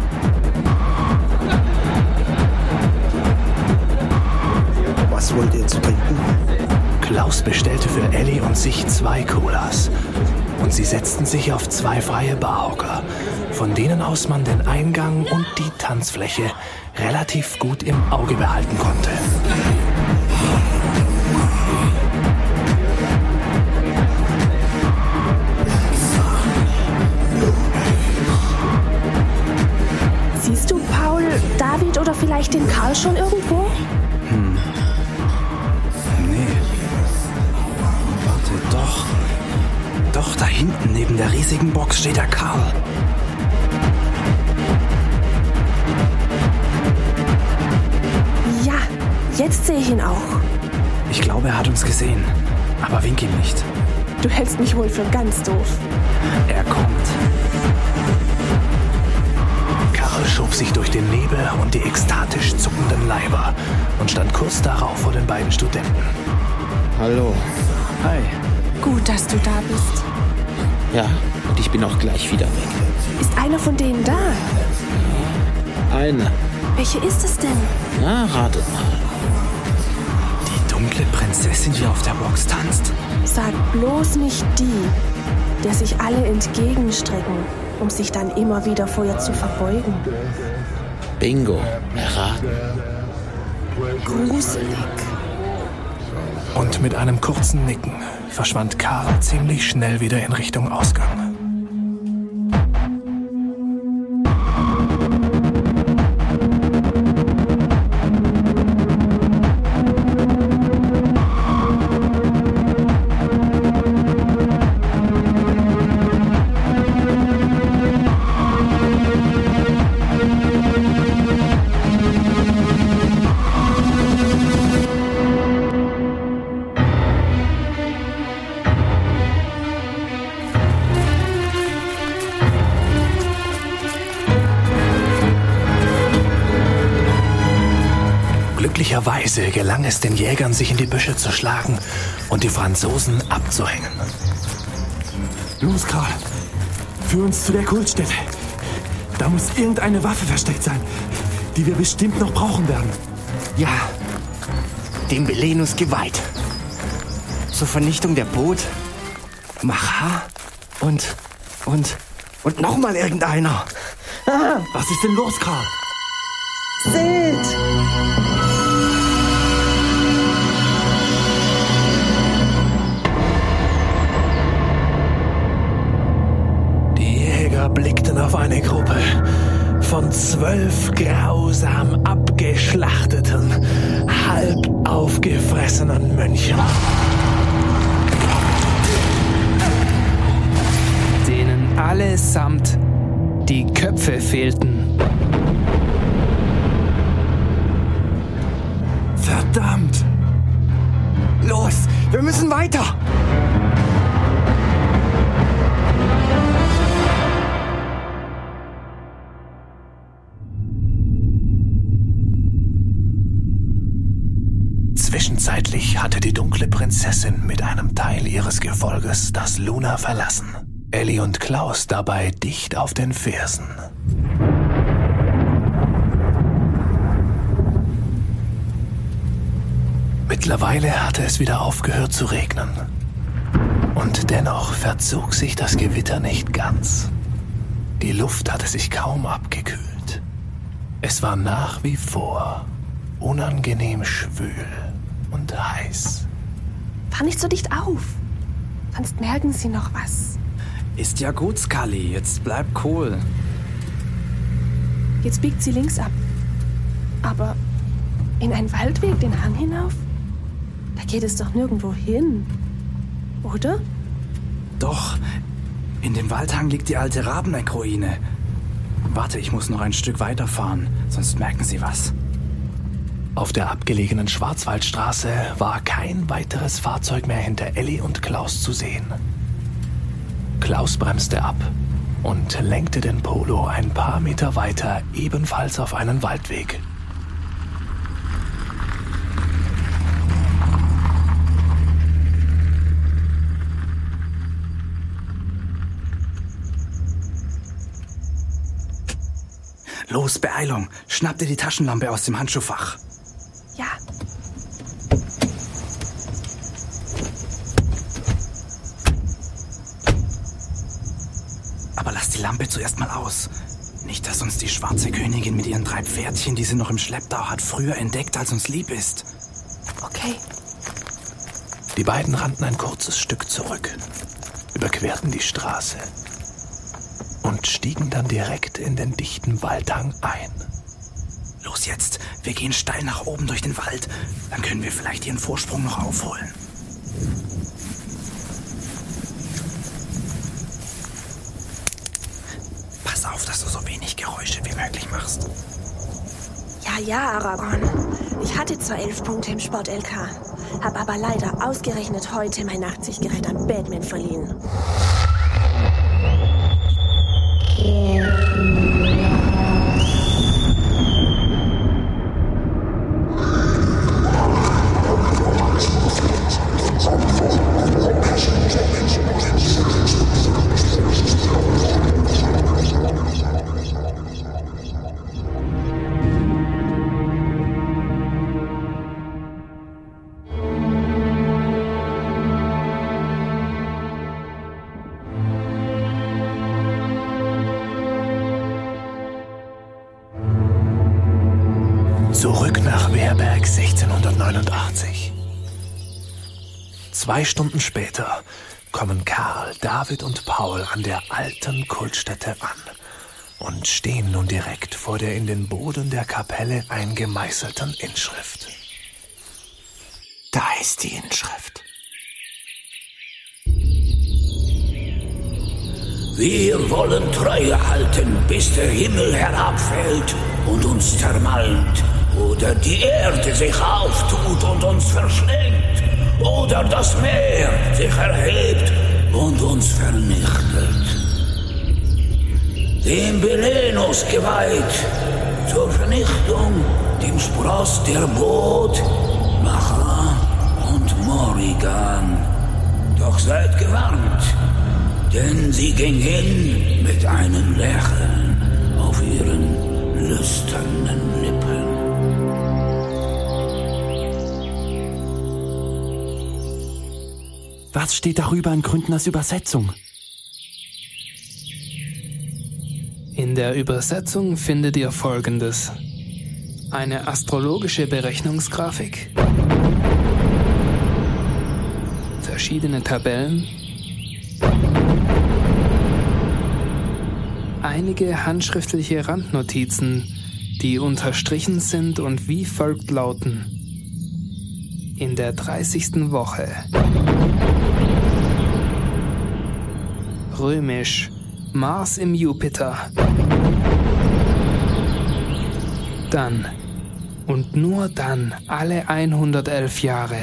Was wollt ihr zu trinken? Klaus bestellte für Ellie und sich zwei Colas. Und sie setzten sich auf zwei freie Barhocker, von denen aus man den Eingang und die Tanzfläche relativ gut im Auge behalten konnte. Siehst du Paul, David oder vielleicht den Karl schon irgendwo? Hm. Nee. Warte, doch. Doch, da hinten neben der riesigen Box steht der Karl. Ja, jetzt sehe ich ihn auch. Ich glaube, er hat uns gesehen. Aber wink ihm nicht. Du hältst mich wohl für ganz doof. Er kommt. Karl schob sich durch den Nebel und die ekstatisch zuckenden Leiber und stand kurz darauf vor den beiden Studenten. Hallo. Hi. Gut, dass du da bist. Ja, und ich bin auch gleich wieder weg. Ist einer von denen da? Eine. Welche ist es denn? Na, ratet mal. Die dunkle Prinzessin, die auf der Box tanzt. Sag bloß nicht die, der sich alle entgegenstrecken, um sich dann immer wieder vor ihr zu verbeugen. Bingo, erraten. Gruselig. Und mit einem kurzen Nicken verschwand Karl ziemlich schnell wieder in Richtung Ausgang. Glücklicherweise gelang es den Jägern, sich in die Büsche zu schlagen und die Franzosen abzuhängen. Los, Karl. Führ uns zu der Kultstätte. Da muss irgendeine Waffe versteckt sein, die wir bestimmt noch brauchen werden. Ja, dem Belenus geweiht. Zur Vernichtung der Boot, Macha und, und, und nochmal irgendeiner. Ah, was ist denn los, Karl? Seht! Blickten auf eine Gruppe von zwölf grausam abgeschlachteten, halb aufgefressenen Mönchen. Denen allesamt die Köpfe fehlten. Verdammt! Los, wir müssen weiter! Zwischenzeitlich hatte die dunkle Prinzessin mit einem Teil ihres Gefolges das Luna verlassen. Ellie und Klaus dabei dicht auf den Fersen. Mittlerweile hatte es wieder aufgehört zu regnen. Und dennoch verzog sich das Gewitter nicht ganz. Die Luft hatte sich kaum abgekühlt. Es war nach wie vor unangenehm schwül und heiß. Fahr nicht so dicht auf, sonst merken sie noch was. Ist ja gut, Scully. Jetzt bleib cool. Jetzt biegt sie links ab. Aber in einen Waldweg den Hang hinauf? Da Da geht es doch nirgendwo hin. Oder? Doch. In dem Waldhang liegt die alte Rabeneck-Ruine. Warte, ich muss noch ein Stück weiterfahren, sonst merken sie was. Auf der abgelegenen Schwarzwaldstraße war kein weiteres Fahrzeug mehr hinter Elli und Klaus zu sehen. Klaus bremste ab und lenkte den Polo ein paar Meter weiter, ebenfalls auf einen Waldweg. Los, Beeilung! Schnapp dir die Taschenlampe aus dem Handschuhfach. Ja. Aber lass die Lampe zuerst mal aus. Nicht, dass uns die schwarze Königin mit ihren drei Pferdchen, die sie noch im Schlepptau hat, früher entdeckt, als uns lieb ist. Okay. Die beiden rannten ein kurzes Stück zurück, überquerten die Straße und stiegen dann direkt in den dichten Waldhang ein. Los jetzt, wir gehen steil nach oben durch den Wald. Dann können wir vielleicht ihren Vorsprung noch aufholen. Pass auf, dass du so wenig Geräusche wie möglich machst. Ja, ja, Aragorn. Ich hatte zwar elf Punkte im Sport-L K, hab aber leider ausgerechnet heute mein Nachtsichtgerät an Batman verliehen. Zurück nach Wehrberg sechzehnhundertneunundachtzig. Zwei Stunden später kommen Karl, David und Paul an der alten Kultstätte an und stehen nun direkt vor der in den Boden der Kapelle eingemeißelten Inschrift. Da ist die Inschrift. Wir wollen Treue halten, bis der Himmel herabfällt und uns zermalmt, oder die Erde sich auftut und uns verschlingt, oder das Meer sich erhebt und uns vernichtet. Dem Belenus geweiht, zur Vernichtung, dem Spross der Boot, Macha und Morrigan. Doch seid gewarnt, denn sie ging hin mit einem Lächeln auf ihren lüsternen Lippen. Was steht darüber in Gründners Übersetzung? In der Übersetzung findet ihr Folgendes: eine astrologische Berechnungsgrafik, verschiedene Tabellen, einige handschriftliche Randnotizen, die unterstrichen sind und wie folgt lauten: In der dreißigsten Woche. Römisch, Mars im Jupiter. Dann und nur dann alle hundertelf Jahre.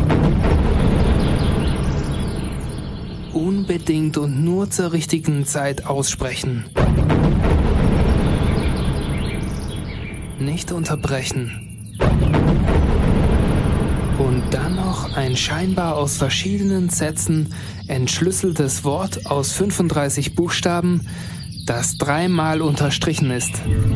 Unbedingt und nur zur richtigen Zeit aussprechen. Nicht unterbrechen. Und dann noch ein scheinbar aus verschiedenen Sätzen entschlüsseltes Wort aus fünfunddreißig Buchstaben, das dreimal unterstrichen ist.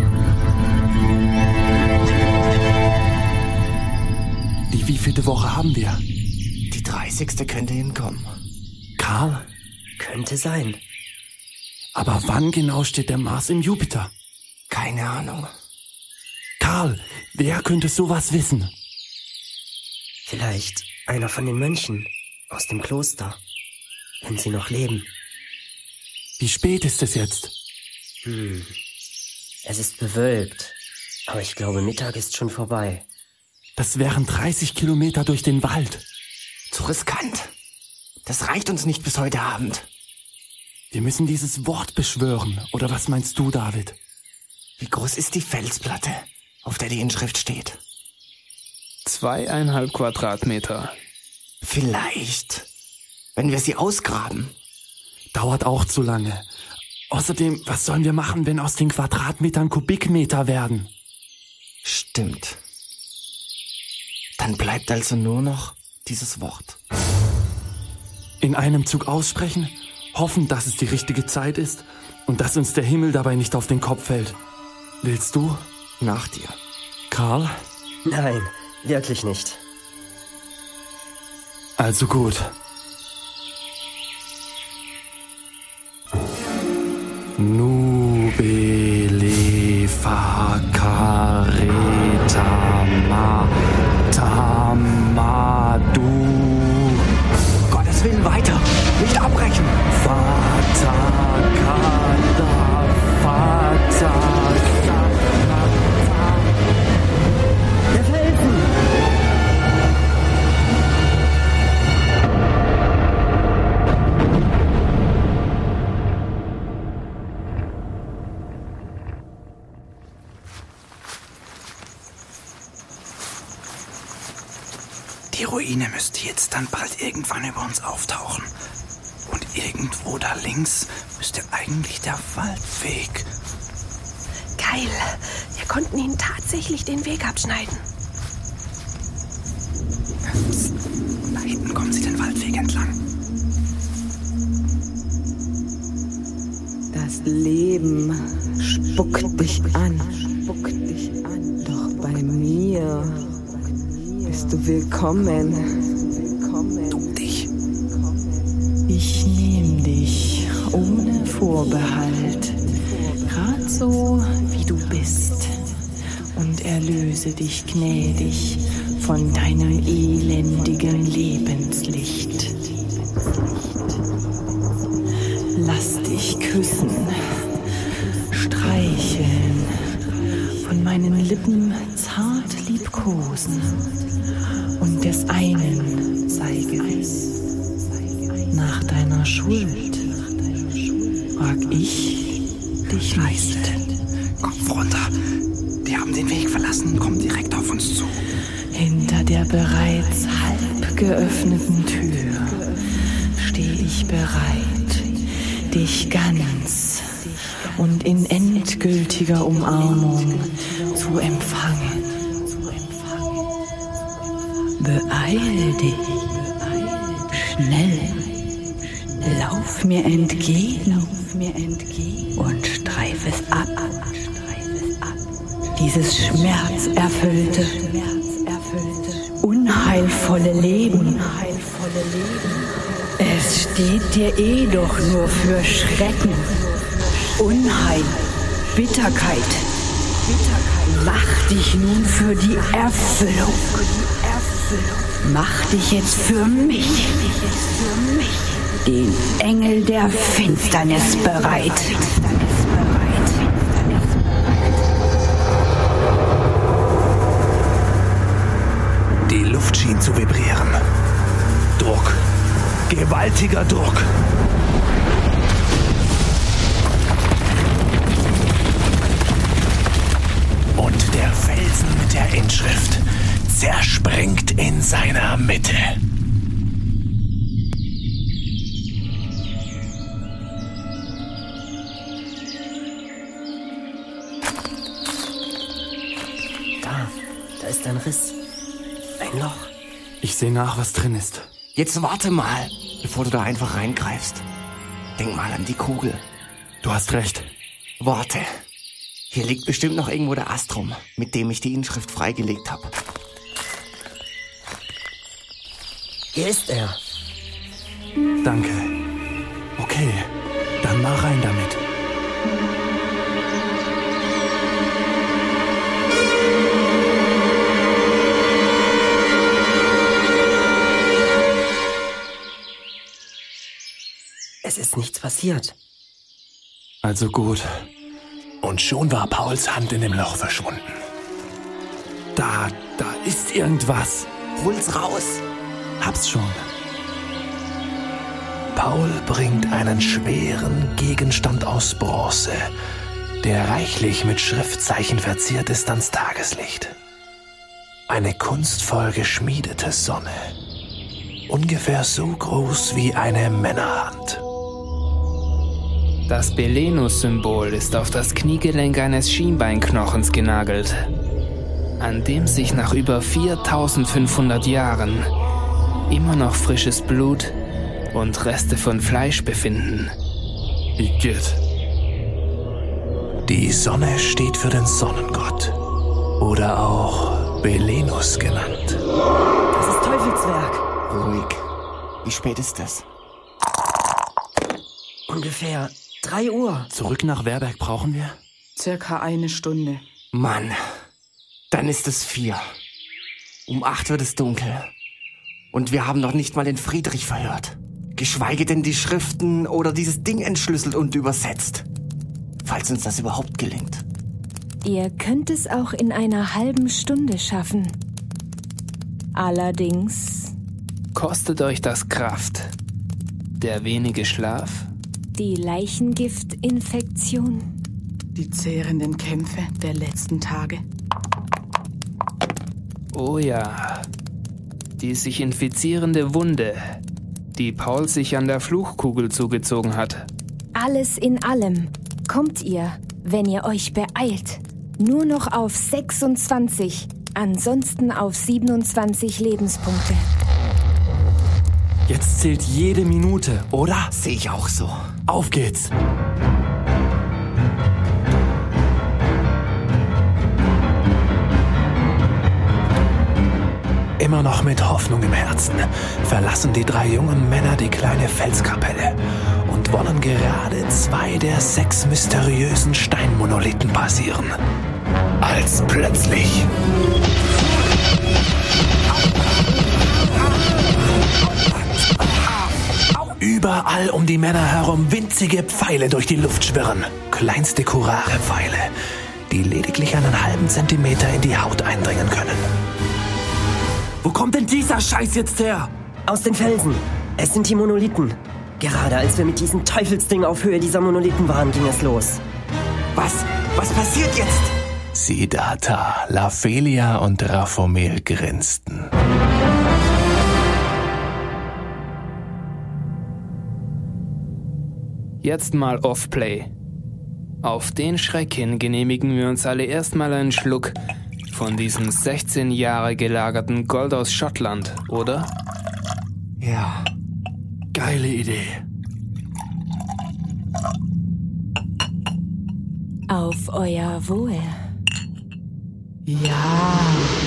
Die wievielte Woche haben wir? Die dreißigste könnte hinkommen. Karl? Könnte sein. Aber wann genau steht der Mars im Jupiter? Keine Ahnung. Karl, wer könnte sowas wissen? Vielleicht einer von den Mönchen aus dem Kloster, wenn sie noch leben. Wie spät ist es jetzt? Hm. Es ist bewölkt, aber ich glaube, Mittag ist schon vorbei. Das wären dreißig Kilometer durch den Wald. Zu riskant. Das reicht uns nicht bis heute Abend. Wir müssen dieses Wort beschwören. Oder was meinst du, David? Wie groß ist die Felsplatte, auf der die Inschrift steht? Zweieinhalb Quadratmeter. Vielleicht. Wenn wir sie ausgraben. Dauert auch zu lange. Außerdem, was sollen wir machen, wenn aus den Quadratmetern Kubikmeter werden? Stimmt. Dann bleibt also nur noch dieses Wort. In einem Zug aussprechen, hoffen, dass es die richtige Zeit ist und dass uns der Himmel dabei nicht auf den Kopf fällt. Willst du? Nach dir. Karl? Nein, wirklich nicht. Also gut. Nubele fakareta ma tamadu. Gottes Willen weiter, nicht abbrechen. Vater kada, Vater. Der Felsen! Die Ruine müsste jetzt dann bald irgendwann über uns auftauchen. Und irgendwo da links müsste eigentlich der Waldweg. Geil, wir konnten ihnen tatsächlich den Weg abschneiden. Psst, da hinten kommen sie den Waldweg entlang. Das Leben spuckt dich an. Doch bei mir bist du willkommen. Du dich. Ich nehm dich ohne Vorbehalt, grad so wie du bist, und erlöse dich gnädig von deinem elendigen Lebenslicht. Lass dich küssen, streicheln, von meinen Lippen zart liebkosen, und des einen sei gewiss: nach deiner Schuld frag ich dich nicht. Kopf runter. Die haben den Weg verlassen und kommen direkt auf uns zu. Hinter der bereits halb geöffneten Tür stehe ich bereit, dich ganz und in endgültiger Umarmung zu empfangen. Beeil dich, schnell, lauf mir entgegen und streif es ab. Dieses schmerzerfüllte, unheilvolle Leben. Es steht dir eh doch nur für Schrecken, Unheil, Bitterkeit. Mach dich nun für die Erfüllung. Mach dich jetzt für mich, den Engel der Finsternis, bereit. Die Luft schien zu vibrieren. Druck. Gewaltiger Druck. Und der Felsen mit der Inschrift zerspringt in seiner Mitte. Da, da ist ein Riss. Ein Loch. Ich sehe nach, was drin ist. Jetzt warte mal, bevor du da einfach reingreifst. Denk mal an die Kugel. Du hast recht. Warte. Hier liegt bestimmt noch irgendwo der Ast rum, mit dem ich die Inschrift freigelegt habe. Hier ist er. Danke. Okay, dann mal rein damit. Es ist nichts passiert. Also gut. Und schon war Pauls Hand in dem Loch verschwunden. Da, da ist irgendwas. Hol's raus. Hab's schon. Paul bringt einen schweren Gegenstand aus Bronze, der reichlich mit Schriftzeichen verziert ist ans Tageslicht. Eine kunstvoll geschmiedete Sonne. Ungefähr so groß wie eine Männerhand. Das Belenus-Symbol ist auf das Kniegelenk eines Schienbeinknochens genagelt, an dem sich nach über viertausendfünfhundert Jahren immer noch frisches Blut und Reste von Fleisch befinden. Igitt. Die Sonne steht für den Sonnengott oder auch Belenus genannt. Das ist Teufelswerk. Ruhig. Wie spät ist es? Ungefähr drei Uhr. Zurück nach Werberg brauchen wir? Circa eine Stunde. Mann, dann ist es vier. Um acht wird es dunkel. Und wir haben noch nicht mal den Friedrich verhört. Geschweige denn die Schriften oder dieses Ding entschlüsselt und übersetzt. Falls uns das überhaupt gelingt. Ihr könnt es auch in einer halben Stunde schaffen. Allerdings... Kostet euch das Kraft. Der wenige Schlaf. Die Leichengiftinfektion. Die zehrenden Kämpfe der letzten Tage. Oh ja. Die sich infizierende Wunde, die Paul sich an der Fluchkugel zugezogen hat. Alles in allem kommt ihr, wenn ihr euch beeilt, nur noch auf sechsundzwanzig, ansonsten auf siebenundzwanzig Lebenspunkte. Jetzt zählt jede Minute, oder? Sehe ich auch so. Auf geht's! Immer noch mit Hoffnung im Herzen verlassen die drei jungen Männer die kleine Felskapelle und wollen gerade zwei der sechs mysteriösen Steinmonolithen passieren. Als plötzlich... Überall um die Männer herum winzige Pfeile durch die Luft schwirren. Kleinste Curare-Pfeile, die lediglich einen halben Zentimeter in die Haut eindringen können. Wo kommt denn dieser Scheiß jetzt her? Aus den Felsen. Es sind die Monolithen. Gerade als wir mit diesem Teufelsding auf Höhe dieser Monolithen waren, ging es los. Was? Was passiert jetzt? Siddhartha, Laphelia und Raphomel grinsten. Jetzt mal Off-Play. Auf den Schreck hin genehmigen wir uns alle erstmal einen Schluck von diesem sechzehn Jahre gelagerten Gold aus Schottland, oder? Ja. Geile Idee. Auf euer Wohl. Ja.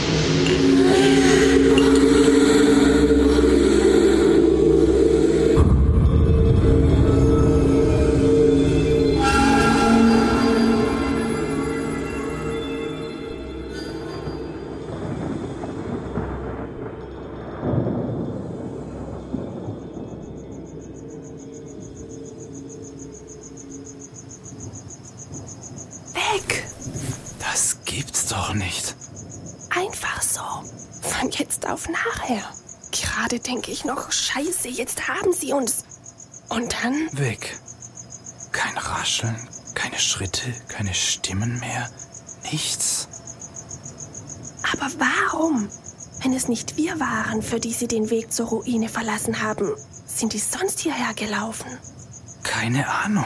Das gibt's doch nicht. Einfach so. Von jetzt auf nachher. Gerade denke ich noch, scheiße, jetzt haben sie uns. Und dann... Weg. Kein Rascheln, keine Schritte, keine Stimmen mehr. Nichts. Aber warum? Wenn es nicht wir waren, für die sie den Weg zur Ruine verlassen haben, sind die sonst hierher gelaufen? Keine Ahnung.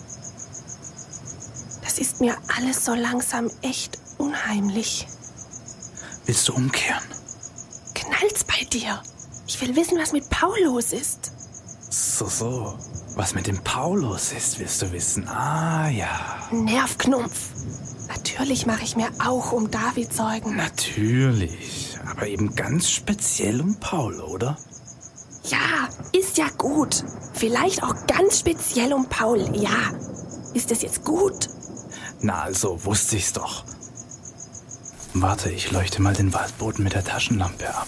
Das ist mir alles so langsam echt unheimlich. Willst du umkehren? Knallt's bei dir? Ich will wissen, was mit Paul los ist. So, so. Was mit dem Paul los ist, willst du wissen? Ah, ja. Nervknumpf. Natürlich mache ich mir auch um David Sorgen. Natürlich. Aber eben ganz speziell um Paul, oder? Ja, ist ja gut. Vielleicht auch ganz speziell um Paul, ja. Ist es jetzt gut? Na, also wusste ich's doch. Warte, ich leuchte mal den Waldboden mit der Taschenlampe ab.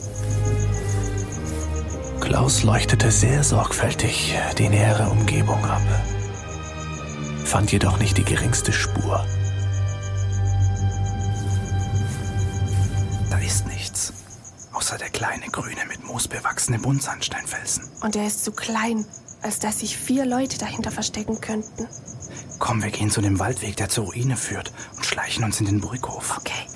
Klaus leuchtete sehr sorgfältig die nähere Umgebung ab, fand jedoch nicht die geringste Spur. Da ist nichts. außer der kleine grüne mit Moos bewachsene Buntsandsteinfelsen. Und er ist zu klein, als dass sich vier Leute dahinter verstecken könnten. Komm, wir gehen zu dem Waldweg, der zur Ruine führt und schleichen uns in den Burghof. Okay.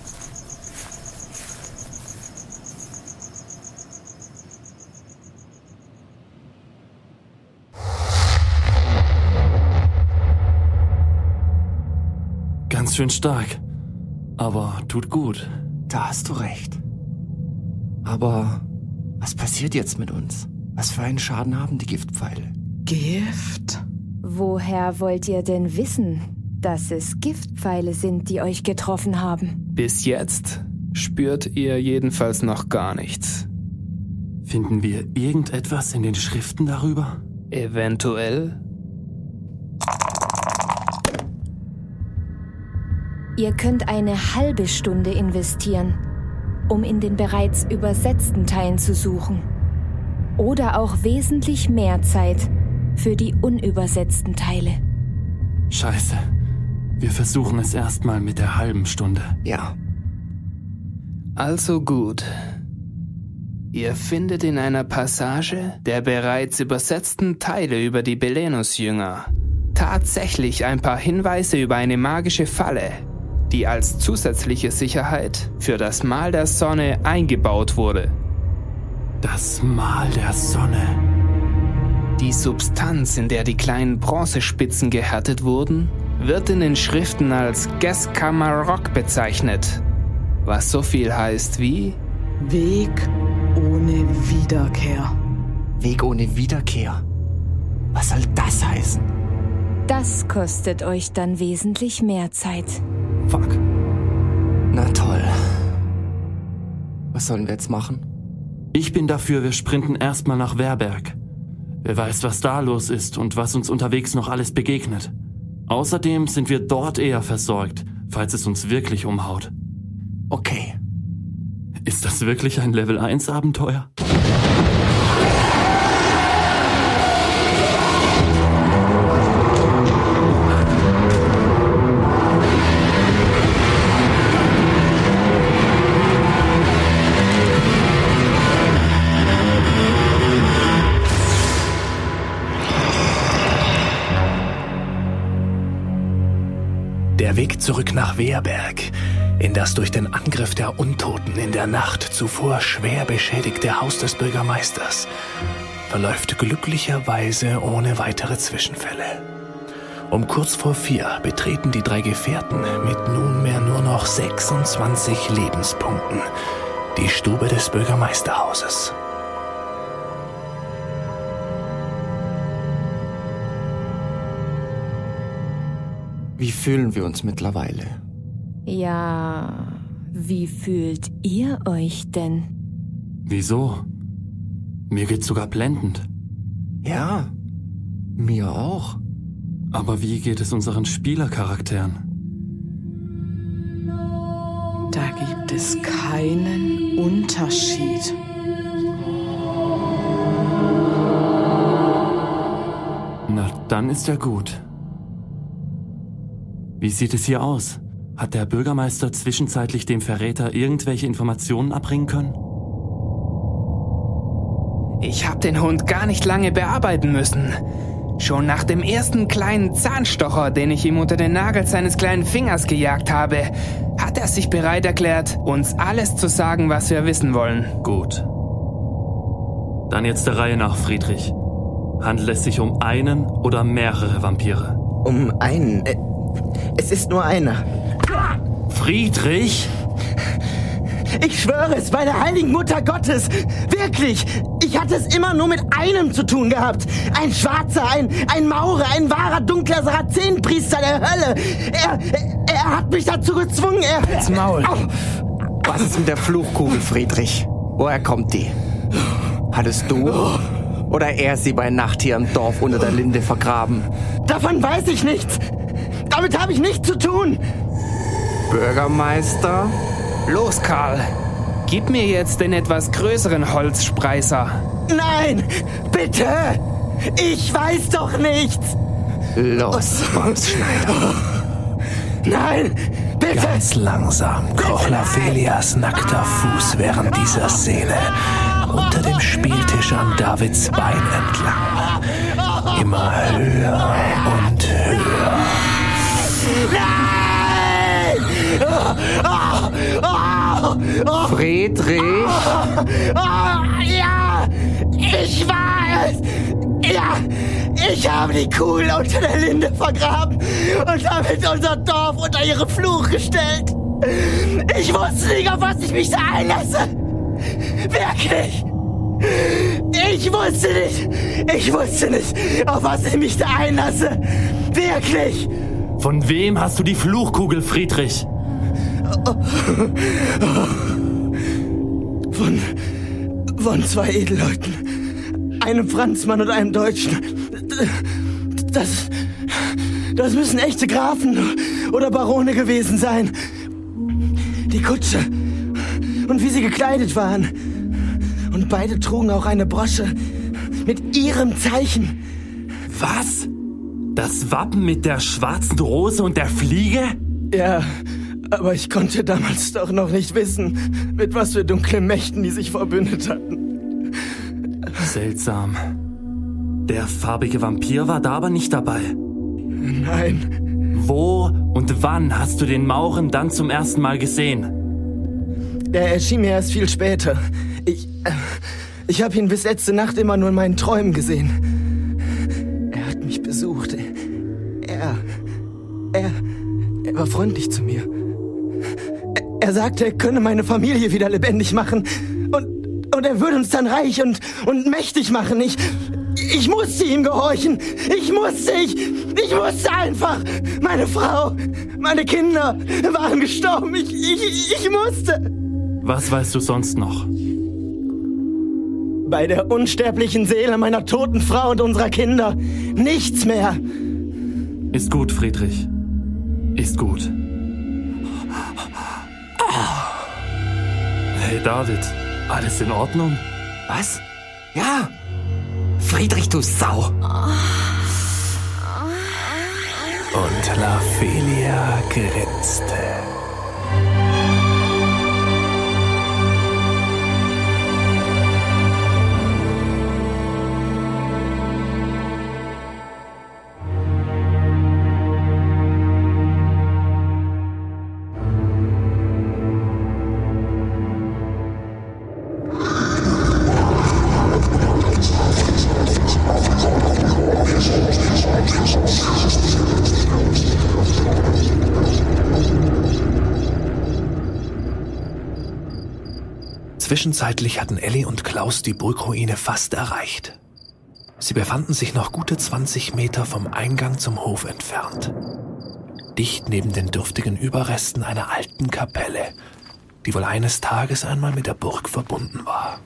Ganz schön stark. Aber tut gut. Da hast du recht. Aber was passiert jetzt mit uns? Was für einen Schaden haben die Giftpfeile? Gift? Woher wollt ihr denn wissen, dass es Giftpfeile sind, die euch getroffen haben? Bis jetzt spürt ihr jedenfalls noch gar nichts. Finden wir irgendetwas in den Schriften darüber? Eventuell. Ihr könnt eine halbe Stunde investieren, um in den bereits übersetzten Teilen zu suchen. Oder auch wesentlich mehr Zeit für die unübersetzten Teile. Scheiße. Wir versuchen es erstmal mit der halben Stunde. Ja. Also gut. Ihr findet in einer Passage der bereits übersetzten Teile über die Belenus-Jünger tatsächlich ein paar Hinweise über eine magische Falle, die als zusätzliche Sicherheit für das Mal der Sonne eingebaut wurde. Das Mal der Sonne. Die Substanz, in der die kleinen Bronzespitzen gehärtet wurden, wird in den Schriften als Geskamarok bezeichnet, was so viel heißt wie Weg ohne Wiederkehr. Weg ohne Wiederkehr? Was soll das heißen? Das kostet euch dann wesentlich mehr Zeit. Fuck. Na toll. Was sollen wir jetzt machen? Ich bin dafür, wir sprinten erstmal nach Werberg. Wer weiß, was da los ist und was uns unterwegs noch alles begegnet. Außerdem sind wir dort eher versorgt, falls es uns wirklich umhaut. Okay. Ist das wirklich ein Level eins Abenteuer? Der Weg zurück nach Werberg, in das durch den Angriff der Untoten in der Nacht zuvor schwer beschädigte Haus des Bürgermeisters, verläuft glücklicherweise ohne weitere Zwischenfälle. Um kurz vor vier betreten die drei Gefährten mit nunmehr nur noch sechsundzwanzig Lebenspunkten die Stube des Bürgermeisterhauses. Wie fühlen wir uns mittlerweile? Ja, wie fühlt ihr euch denn? Wieso? Mir geht's sogar blendend. Ja, mir auch. Aber wie geht es unseren Spielercharakteren? Da gibt es keinen Unterschied. Na, dann ist ja gut. Wie sieht es hier aus? Hat der Bürgermeister zwischenzeitlich dem Verräter irgendwelche Informationen abbringen können? Ich hab den Hund gar nicht lange bearbeiten müssen. Schon nach dem ersten kleinen Zahnstocher, den ich ihm unter den Nagel seines kleinen Fingers gejagt habe, hat er sich bereit erklärt, uns alles zu sagen, was wir wissen wollen. Gut. Dann jetzt der Reihe nach, Friedrich. Handelt es sich um einen oder mehrere Vampire? Um einen? Äh, es ist nur einer. Friedrich? Ich schwöre es bei der heiligen Mutter Gottes. Wirklich. Ich hatte es immer nur mit einem zu tun gehabt. Ein Schwarzer, ein, ein Maurer, ein wahrer dunkler Sarazenenpriester der Hölle. Er, er hat mich dazu gezwungen. Er... Halt's Maul. Oh. Was ist mit der Fluchkugel, Friedrich? Woher kommt die? Hattest du oder er sie bei Nacht hier im Dorf unter der Linde vergraben? Davon weiß ich nichts. Damit habe ich nichts zu tun. Bürgermeister? Los, Karl. Gib mir jetzt den etwas größeren Holzspreißer. Nein, bitte. Ich weiß doch nichts. Los, Schneider. Nein, Hilfe! Ganz langsam kroch Lavelias nackter Fuß während dieser Szene unter dem Spieltisch an Davids Bein entlang. Immer höher und höher. Friedrich? Ja, ich war es! Ja, ich habe die Kugel unter der Linde vergraben und damit unser Dorf unter ihren Fluch gestellt. Ich wusste nicht, auf was ich mich da einlasse. Wirklich. Ich wusste nicht, ich wusste nicht, auf was ich mich da einlasse. Wirklich. Von wem hast du die Fluchkugel, Friedrich? Von, von zwei Edelleuten. Einem Franzmann und einem Deutschen. Das, das müssen echte Grafen oder Barone gewesen sein. Die Kutsche und wie sie gekleidet waren. Und beide trugen auch eine Brosche mit ihrem Zeichen. Was? Das Wappen mit der schwarzen Rose und der Fliege? Ja, aber ich konnte damals doch noch nicht wissen, mit was für dunklen Mächten die sich verbündet hatten. Seltsam. Der farbige Vampir war da aber nicht dabei. Nein. Wo und wann hast du den Mauren dann zum ersten Mal gesehen? Er erschien mir erst viel später. Ich, äh, ich habe ihn bis letzte Nacht immer nur in meinen Träumen gesehen. Er hat mich besucht. Er, er, er war freundlich zu mir. Er, er sagte, er könne meine Familie wieder lebendig machen. Und, und er würde uns dann reich und, und mächtig machen. Ich, ich musste ihm gehorchen. Ich musste, ich, ich musste einfach. Meine Frau, meine Kinder waren gestorben. Ich, ich, ich musste. Was weißt du sonst noch? Bei der unsterblichen Seele meiner toten Frau und unserer Kinder. Nichts mehr. Ist gut, Friedrich. Ist gut. Hey, David. Alles in Ordnung? Was? Ja. Friedrich, du Sau. Und Lavelia grinste. Zwischenzeitlich hatten Elli und Klaus die Burgruine fast erreicht. Sie befanden sich noch gute zwanzig Meter vom Eingang zum Hof entfernt. Dicht neben den dürftigen Überresten einer alten Kapelle, die wohl eines Tages einmal mit der Burg verbunden war.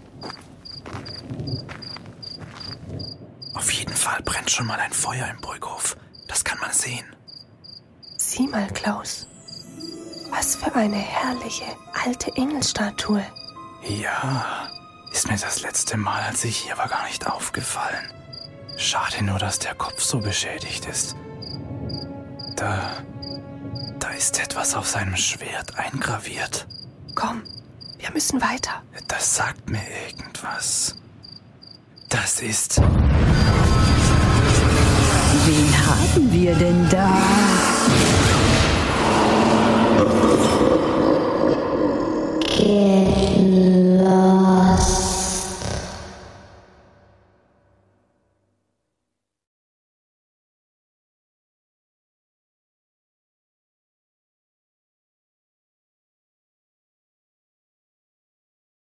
Auf jeden Fall brennt schon mal ein Feuer im Burghof. Das kann man sehen. Sieh mal, Klaus. Was für eine herrliche alte Engelstatue. Ja, ist mir das letzte Mal, als ich hier war, gar nicht aufgefallen. Schade nur, dass der Kopf so beschädigt ist. Da, da ist etwas auf seinem Schwert eingraviert. Komm, wir müssen weiter. Das sagt mir irgendwas. Das ist... Wen haben wir denn da? Yeah.